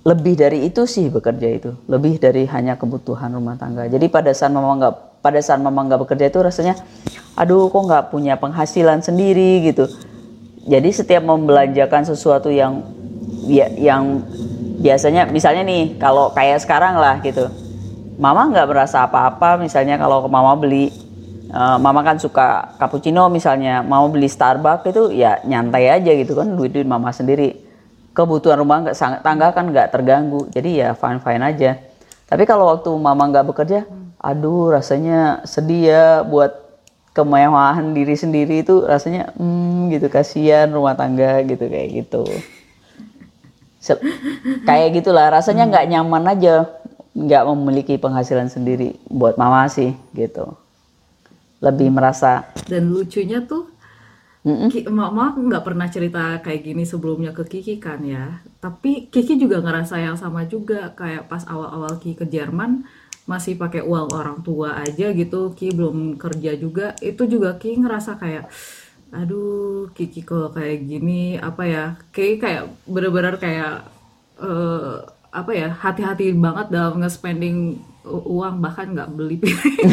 lebih dari itu sih bekerja itu, lebih dari hanya kebutuhan rumah tangga. Jadi pada saat mama nggak pada saat mama nggak bekerja itu rasanya, aduh kok nggak punya penghasilan sendiri gitu. Jadi setiap membelanjakan sesuatu yang ya, yang biasanya misalnya nih kalau kayak sekarang lah gitu, mama nggak merasa apa-apa misalnya kalau mama beli, uh, mama kan suka cappuccino misalnya, mama beli Starbucks itu ya nyantai aja gitu kan, duit-duit mama sendiri. Kebutuhan rumah nggak tangga kan nggak terganggu, jadi ya fine fine aja. Tapi kalau waktu mama nggak bekerja, aduh rasanya sedih ya, buat kemewahan diri sendiri itu rasanya hmm gitu, kasihan rumah tangga gitu, kayak gitu. Se- kayak gitulah rasanya, nggak nyaman aja nggak memiliki penghasilan sendiri buat mama sih gitu, lebih merasa. Dan lucunya tuh Mm-mm. Ki, Mama nggak pernah cerita kayak gini sebelumnya ke Kiki kan ya. Tapi Kiki juga ngerasa yang sama juga. Kayak pas awal-awal Kiki ke Jerman masih pakai uang orang tua aja gitu. Kiki belum kerja juga. Itu juga Kiki ngerasa kayak, aduh Kiki kalau kayak gini apa ya. Kiki kayak bener-bener kayak eh, apa ya, hati-hati banget dalam nge-spending u- uang, bahkan nggak beli piring.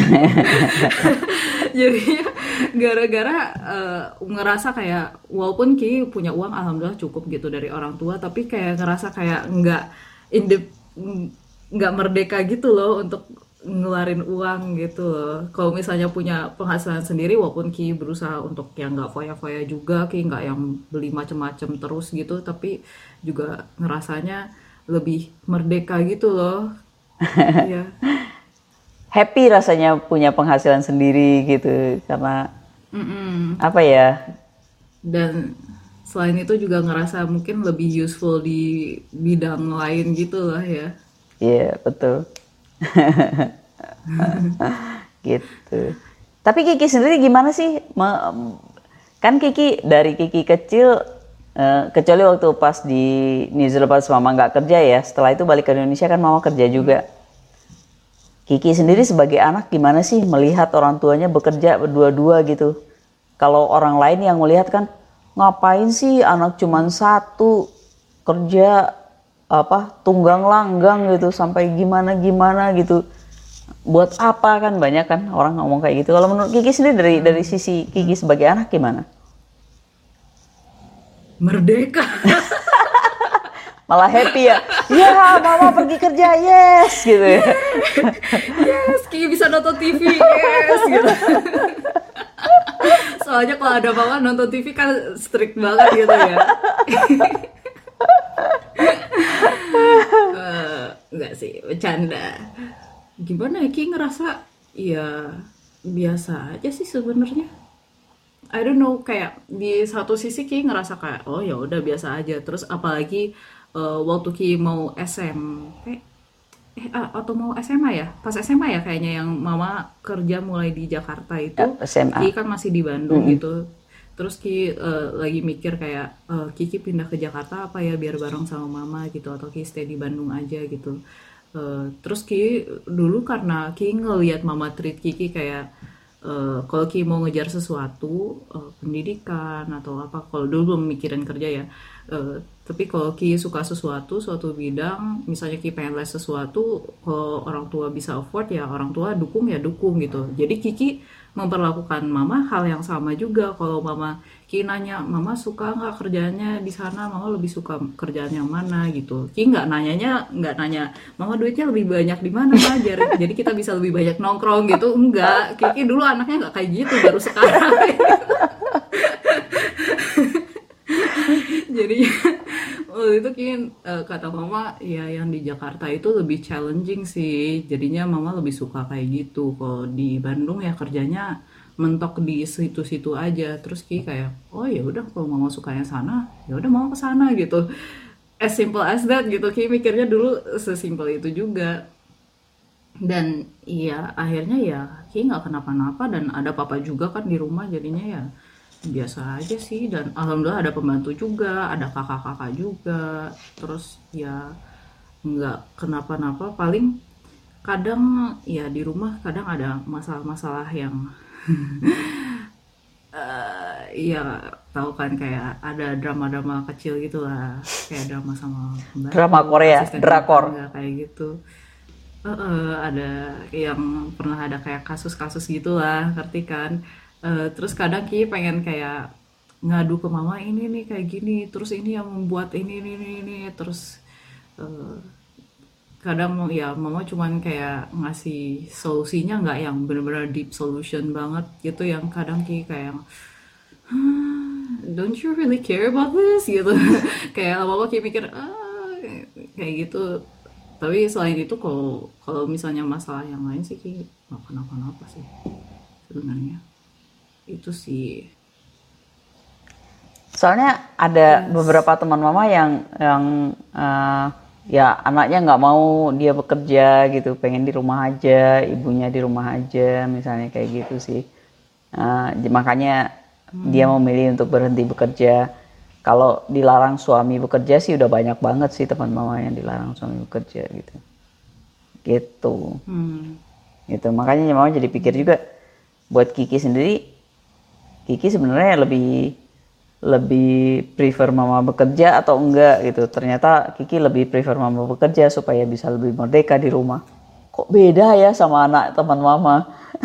Jadinya gara-gara eh, ngerasa kayak walaupun Ki punya uang alhamdulillah cukup gitu dari orang tua, tapi kayak ngerasa kayak nggak indep nggak merdeka gitu loh untuk ngeluarin uang gitu loh. Kalau misalnya punya penghasilan sendiri, walaupun Ki berusaha untuk yang nggak foya-foya juga, Ki nggak yang beli macem-macem terus gitu, tapi juga ngerasanya lebih merdeka gitu loh. Iya. Happy rasanya punya penghasilan sendiri gitu, karena Mm-mm. apa ya. Dan selain itu juga ngerasa mungkin lebih useful di bidang lain gitu lah ya. Iya, betul. Gitu. Tapi Kiki sendiri gimana sih? Me- kan Kiki dari Kiki kecil, eh, kecuali waktu pas di New Zealand pas mama nggak kerja ya, setelah itu balik ke Indonesia kan mama kerja juga. Kiki sendiri sebagai anak gimana sih melihat orang tuanya bekerja berdua-dua gitu? Kalau orang lain yang melihat kan, ngapain sih anak cuman satu kerja apa tunggang langgang gitu sampai gimana gimana gitu, buat apa, kan banyak kan orang ngomong kayak gitu. Kalau menurut Kiki sendiri dari dari sisi Kiki sebagai anak gimana? Merdeka. Malah happy ya, ya mama pergi kerja, yes gitu ya. Yes, Ki bisa nonton T V. Yes gitu. Soalnya kalau ada mama nonton T V kan strict banget gitu ya. Eh, enggak sih, bercanda. Gimana ya, Ki ngerasa ya biasa aja sih sebenarnya. I don't know, kayak di satu sisi Ki ngerasa kayak oh ya udah biasa aja. Terus apalagi eh, waktu Ki mau S M P eh ah, atau mau S M A ya? Pas S M A ya kayaknya, yang mama kerja mulai di Jakarta Ya, itu, S M A. Ki kan masih di Bandung gitu. Terus Ki eh, lagi mikir kayak eh, Kiki pindah ke Jakarta apa ya biar bareng sama mama gitu, atau Ki stay di Bandung aja gitu. Eh, terus Ki dulu karena Ki ngeliat mama treat Kiki kayak eh, kalau Ki mau ngejar sesuatu, eh, pendidikan atau apa, kalau dulu belum mikirin kerja ya, eh, tapi kalau Ki suka sesuatu, suatu bidang, misalnya Ki pengen les sesuatu, kalau orang tua bisa afford ya orang tua dukung ya dukung gitu. Jadi Kiki memperlakukan mama hal yang sama juga. Kalau mama Ki nanya, mama suka nggak kerjanya di sana, mama lebih suka kerjaan yang mana gitu. Ki nggak nanyanya, nggak nanya mama duitnya lebih banyak di mana aja, jadi kita bisa lebih banyak nongkrong gitu. Enggak, Kiki dulu anaknya nggak kayak gitu, baru sekarang. Jadi waktu itu Ki eh, kata mama ya yang di Jakarta itu lebih challenging sih, jadinya mama lebih suka kayak gitu. Kalau di Bandung ya kerjanya mentok di situ-situ aja. Terus Ki kayak oh ya udah kalau mama sukanya sana ya udah mama ke sana gitu, as simple as that gitu. Ki mikirnya dulu sesimpel itu juga. Dan iya akhirnya ya Ki nggak kenapa-napa, dan ada papa juga kan di rumah, jadinya ya biasa aja sih. Dan alhamdulillah ada pembantu juga, ada kakak-kakak juga. Terus ya nggak kenapa-napa. Paling kadang ya di rumah kadang ada masalah-masalah yang eh, ya tahu kan kayak ada drama-drama kecil gitu lah, kayak drama sama Drama pembantu, Korea, asisten rumah drakor. tangga kayak gitu. Heeh, ada yang pernah ada kayak kasus-kasus gitulah, ngerti kan? Eh, terus kadang Ki pengen kayak ngadu ke mama ini nih kayak gini, terus ini yang membuat ini ini ini, ini. Terus eh, kadang mau ya mama cuman kayak ngasih solusinya nggak yang bener-bener deep solution banget gitu, yang kadang Ki kayak don't you really care about this gitu. Kayak lama-lama kayak mikir ah kayak gitu. Tapi selain itu kalau kalau misalnya masalah yang lain sih kayak nggak kenapa-napa sih sebenarnya. Itu sih. Soalnya ada Yes. beberapa teman mama yang yang eh, ya anaknya nggak mau dia bekerja gitu, pengen di rumah aja, ibunya di rumah aja, misalnya kayak gitu sih. Eh, j- makanya dia memilih untuk berhenti bekerja. Kalau dilarang suami bekerja sih udah banyak banget sih teman mama yang dilarang suami bekerja gitu. Gitu. Hmm. Gitu. Makanya mama jadi pikir juga buat Kiki sendiri, Kiki sebenarnya lebih lebih prefer mama bekerja atau enggak gitu. Ternyata Kiki lebih prefer mama bekerja supaya bisa lebih merdeka di rumah. Kok beda ya sama anak teman mama?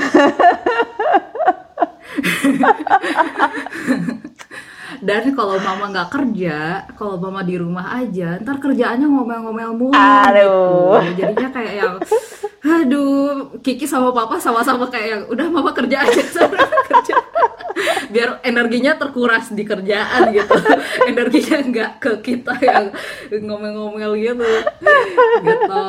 Dan kalau mama nggak kerja, kalau mama di rumah aja, ntar kerjaannya ngomel-ngomel mulu Aduh. gitu. Jadinya kayak yang, aduh, Kiki sama Papa sama-sama kayak yang, udah mama kerja aja, sama kerja. Biar energinya terkuras di kerjaan gitu. Energinya nggak ke kita yang ngomel-ngomel gitu. Gitu.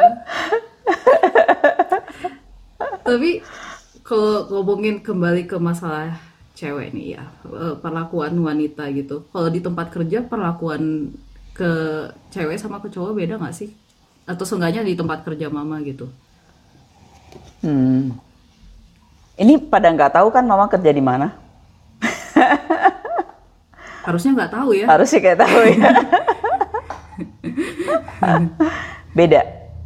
Tapi kalau ngomongin kembali ke masalah cewek nih ya, eh, perlakuan wanita gitu. Kalau di tempat kerja perlakuan ke cewek sama ke cowok beda nggak sih? Atau seenggaknya di tempat kerja mama gitu? Hmm. Ini pada nggak tahu kan mama kerja di mana? Harusnya nggak tahu ya. Harusnya kayak tahu ya. Beda.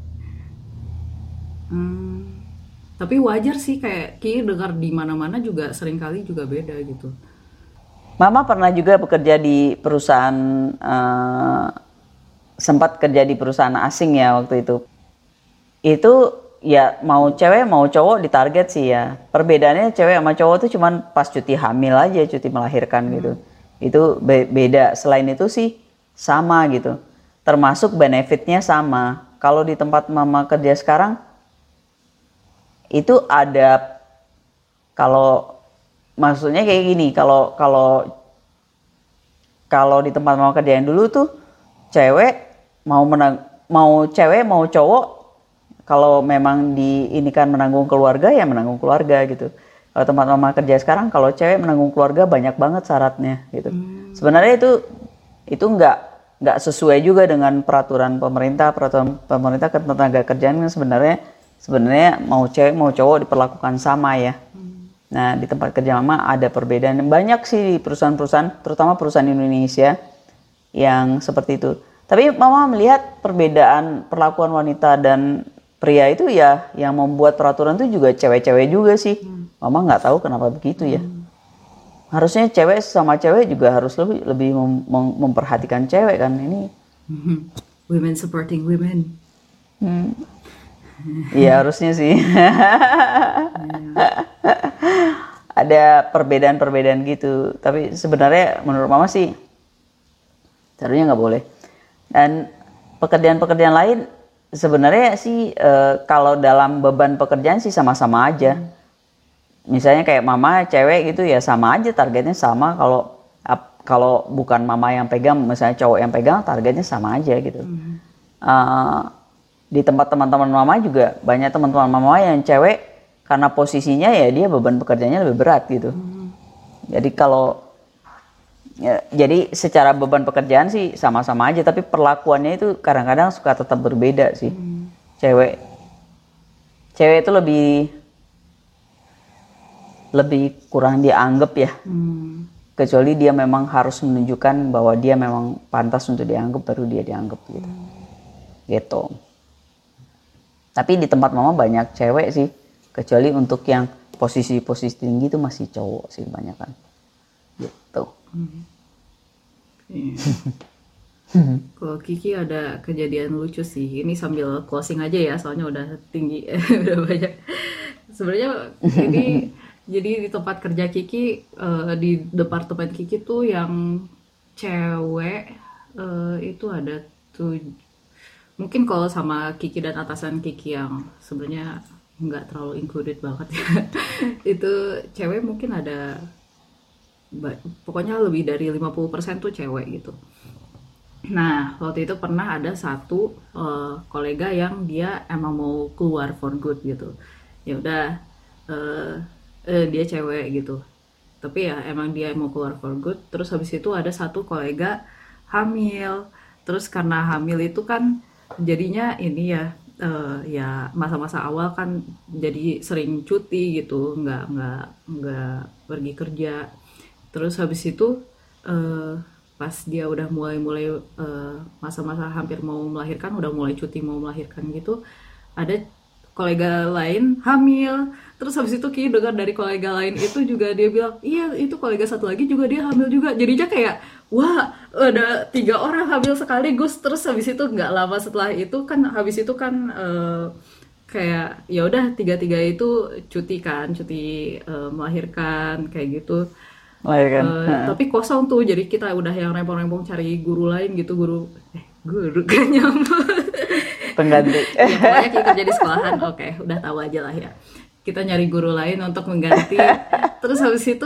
Hmm, tapi wajar sih kayak Ki dengar di mana-mana juga seringkali juga beda gitu. Mama pernah juga bekerja di perusahaan eh, sempat kerja di perusahaan asing ya waktu itu. Itu ya mau cewek mau cowok ditarget sih ya. Perbedaannya cewek sama cowok tuh cuman pas cuti hamil aja, cuti melahirkan gitu. Itu be- beda. Selain itu sih sama gitu. Termasuk benefitnya sama. Kalau di tempat mama kerja sekarang itu ada, kalau maksudnya kayak gini, kalau kalau kalau di tempat mama kerja yang dulu tuh cewek mau menang, mau cewek mau cowok, kalau memang di ini kan menanggung keluarga ya menanggung keluarga gitu. Kalau tempat mama kerja sekarang kalau cewek menanggung keluarga banyak banget syaratnya gitu. Sebenarnya itu itu nggak nggak sesuai juga dengan peraturan pemerintah. Peraturan pemerintah ketenaga kerjaan kan sebenarnya sebenarnya mau cewek mau cowok diperlakukan sama ya. Nah di tempat kerja mama ada perbedaan banyak sih di perusahaan-perusahaan, terutama perusahaan Indonesia yang seperti itu. Tapi mama melihat perbedaan perlakuan wanita dan pria itu ya yang membuat peraturan itu juga cewek-cewek juga sih. Mama nggak tahu kenapa begitu ya. Harusnya cewek sama cewek juga harus lebih lebih mem- mem- memperhatikan cewek kan ini. Women supporting women. Iya harusnya sih. Ada perbedaan-perbedaan gitu. Tapi sebenarnya menurut mama sih seharusnya nggak boleh. Dan pekerjaan-pekerjaan lain sebenarnya sih eh, kalau dalam beban pekerjaan sih sama-sama aja. Misalnya kayak mama cewek gitu ya sama aja targetnya sama. Kalau ap- kalau bukan mama yang pegang, misalnya cowok yang pegang targetnya sama aja gitu. Eh, di tempat teman-teman mama juga banyak teman-teman mama yang cewek karena posisinya ya dia beban pekerjaannya lebih berat gitu. Jadi kalau ya, jadi secara beban pekerjaan sih sama-sama aja, tapi perlakuannya itu kadang-kadang suka tetap berbeda sih. Cewek, cewek itu lebih lebih kurang dianggap ya. Hmm. Kecuali dia memang harus menunjukkan bahwa dia memang pantas untuk dianggap, baru dia dianggap gitu. Gitu. Tapi di tempat mama banyak cewek sih, kecuali untuk yang posisi-posisi tinggi itu masih cowok sih kebanyakan. Gitu. Iya. Kalau Kiki ada kejadian lucu sih. Ini sambil closing aja ya, soalnya udah tinggi, udah banyak. Sebenarnya ini jadi di tempat kerja Kiki, eh, di departemen Kiki tuh yang cewek eh, itu ada tuh. Mungkin kalau sama Kiki dan atasan Kiki yang sebenarnya nggak terlalu included banget ya. Itu cewek mungkin ada ba- pokoknya lebih dari lima puluh persen tuh cewek gitu. Nah, waktu itu pernah ada satu eh, kolega yang dia emang mau keluar for good gitu. Ya udah, eh, eh, dia cewek gitu. Tapi ya emang dia mau keluar for good. Terus habis itu ada satu kolega hamil. Terus karena hamil itu kan jadinya ini ya, eh, ya masa-masa awal kan jadi sering cuti gitu, nggak nggak nggak pergi kerja. Terus habis itu eh, pas dia udah mulai-mulai eh, masa-masa hampir mau melahirkan, udah mulai cuti mau melahirkan gitu, ada kolega lain hamil. Terus habis itu Ki dengar dari kolega lain itu juga dia bilang, iya itu kolega satu lagi juga dia hamil juga. Jadinya kayak, wah ada tiga orang hamil sekaligus. Terus habis itu nggak lama setelah itu kan, habis itu kan eh, kayak ya udah tiga-tiga itu cuti kan, cuti eh, melahirkan kayak gitu. Melahirkan. Eh, Heeh. tapi kosong tuh, jadi kita udah yang rempong-rempong cari guru lain gitu, guru eh guru kan nyambung. Pengganti. Ya pokoknya kita kerja di sekolahan, oke udah tahu aja lah ya. Kita nyari guru lain untuk mengganti. Terus habis itu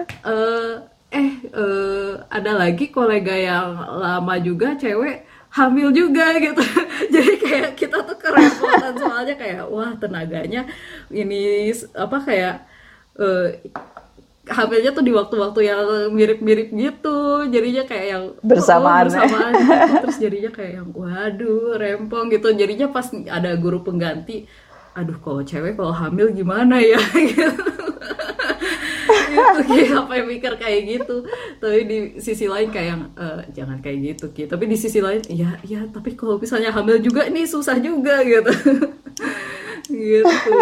eh eh eh, ada lagi kolega yang lama juga cewek hamil juga gitu. Jadi kayak kita tuh kerepotan soalnya kayak wah tenaganya ini s- apa kayak eh, hamilnya tuh di waktu-waktu yang mirip-mirip gitu, jadinya kayak yang oh, oh, Bersamaan. bersamaan gitu. Terus jadinya kayak yang waduh rempong gitu, jadinya pas ada guru pengganti, aduh kalau cewek kalau hamil gimana ya gitu. Itu Ki, apa yang mikir kayak gitu. Tapi di sisi lain kayak yang "Eh, jangan kayak gitu Ki," tapi di sisi lain ya ya tapi kalau misalnya hamil juga ini susah juga gitu. Gitu.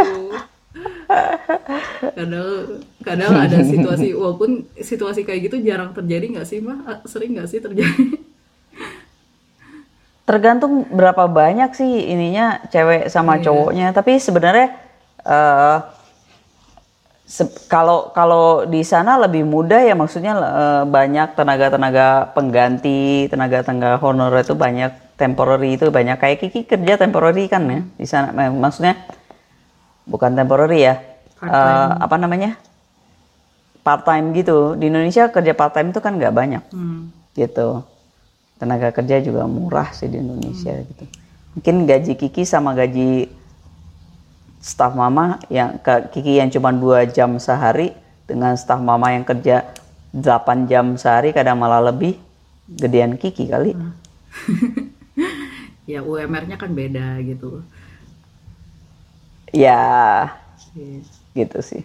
Kadang kadang ada situasi, walaupun situasi kayak gitu jarang terjadi nggak sih mah, sering nggak sih terjadi? Tergantung berapa banyak sih ininya cewek sama Iya. cowoknya. Tapi sebenarnya eh, se- kalau kalau di sana lebih mudah ya, maksudnya eh, banyak tenaga-tenaga pengganti, tenaga-tenaga honorer itu banyak, temporary itu banyak. Kayak Kiki kerja temporary kan ya di sana. Eh, Maksudnya bukan temporary ya. Part Eh, time. apa namanya? Part time gitu. Di Indonesia kerja part time itu kan nggak banyak Hmm. gitu. Tenaga kerja juga murah sih di Indonesia gitu. Mungkin gaji Kiki sama gaji staf mama yang ke Kiki yang cuma dua jam sehari dengan staf mama yang kerja delapan jam sehari, kadang malah lebih gedean Kiki kali. Ya U M R-nya kan beda gitu. Ya Iya. gitu sih.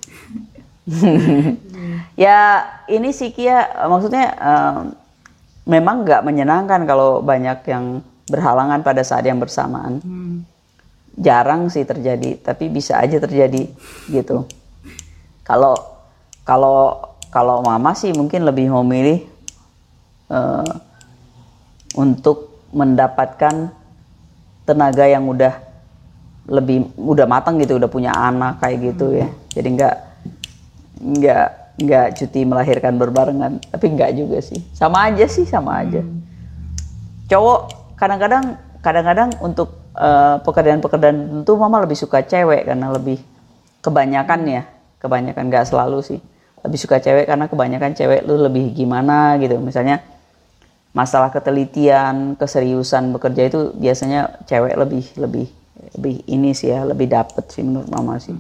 Ya ini sih Kia, maksudnya em, memang nggak menyenangkan kalau banyak yang berhalangan pada saat yang bersamaan. Hmm. Jarang sih terjadi, tapi bisa aja terjadi gitu. Kalau kalau kalau mama sih mungkin lebih memilih eh, untuk mendapatkan tenaga yang udah lebih udah matang gitu, udah punya anak kayak gitu ya. Jadi nggak nggak nggak cuti melahirkan berbarengan, tapi nggak juga sih. Sama aja sih, sama aja. Cowok kadang-kadang kadang-kadang untuk eh, pekerjaan-pekerjaan tertentu mama lebih suka cewek karena lebih kebanyakan ya, kebanyakan nggak selalu sih. Lebih suka cewek karena kebanyakan cewek lu lebih gimana gitu. Misalnya masalah ketelitian, keseriusan bekerja itu biasanya cewek lebih lebih lebih ini sih ya, lebih dapet sih menurut mama sih.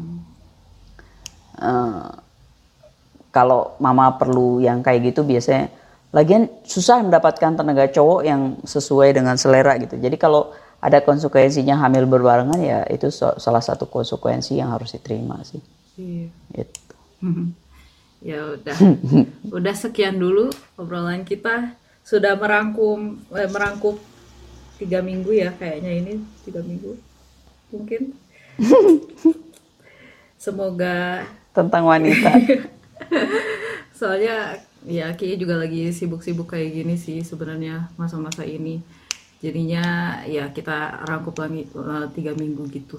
Eh, kalau mama perlu yang kayak gitu biasanya, lagian susah mendapatkan tenaga cowok yang sesuai dengan selera gitu. Jadi kalau ada konsekuensinya hamil berbarengan ya itu so- salah satu konsekuensi yang harus diterima sih. Iya. Gitu. Ya udah. Udah sekian dulu obrolan kita. Sudah merangkum eh, merangkup tiga minggu ya kayaknya, ini tiga minggu mungkin. Semoga Tentang wanita. soalnya Ya, Ki juga lagi sibuk-sibuk kayak gini sih sebenarnya masa-masa ini. Jadinya ya kita rangkup lagi eh, tiga minggu gitu.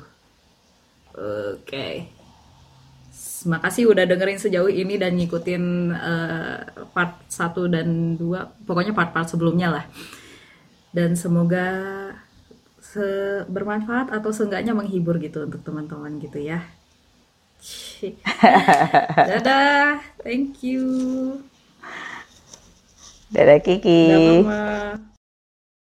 Oke. Makasih udah dengerin sejauh ini dan ngikutin eh, part satu dan dua, pokoknya part-part sebelumnya lah. Dan semoga se- bermanfaat atau seenggaknya menghibur gitu untuk teman-teman gitu ya. Dadah, thank you. Dadah Kiki. Dadah Mama.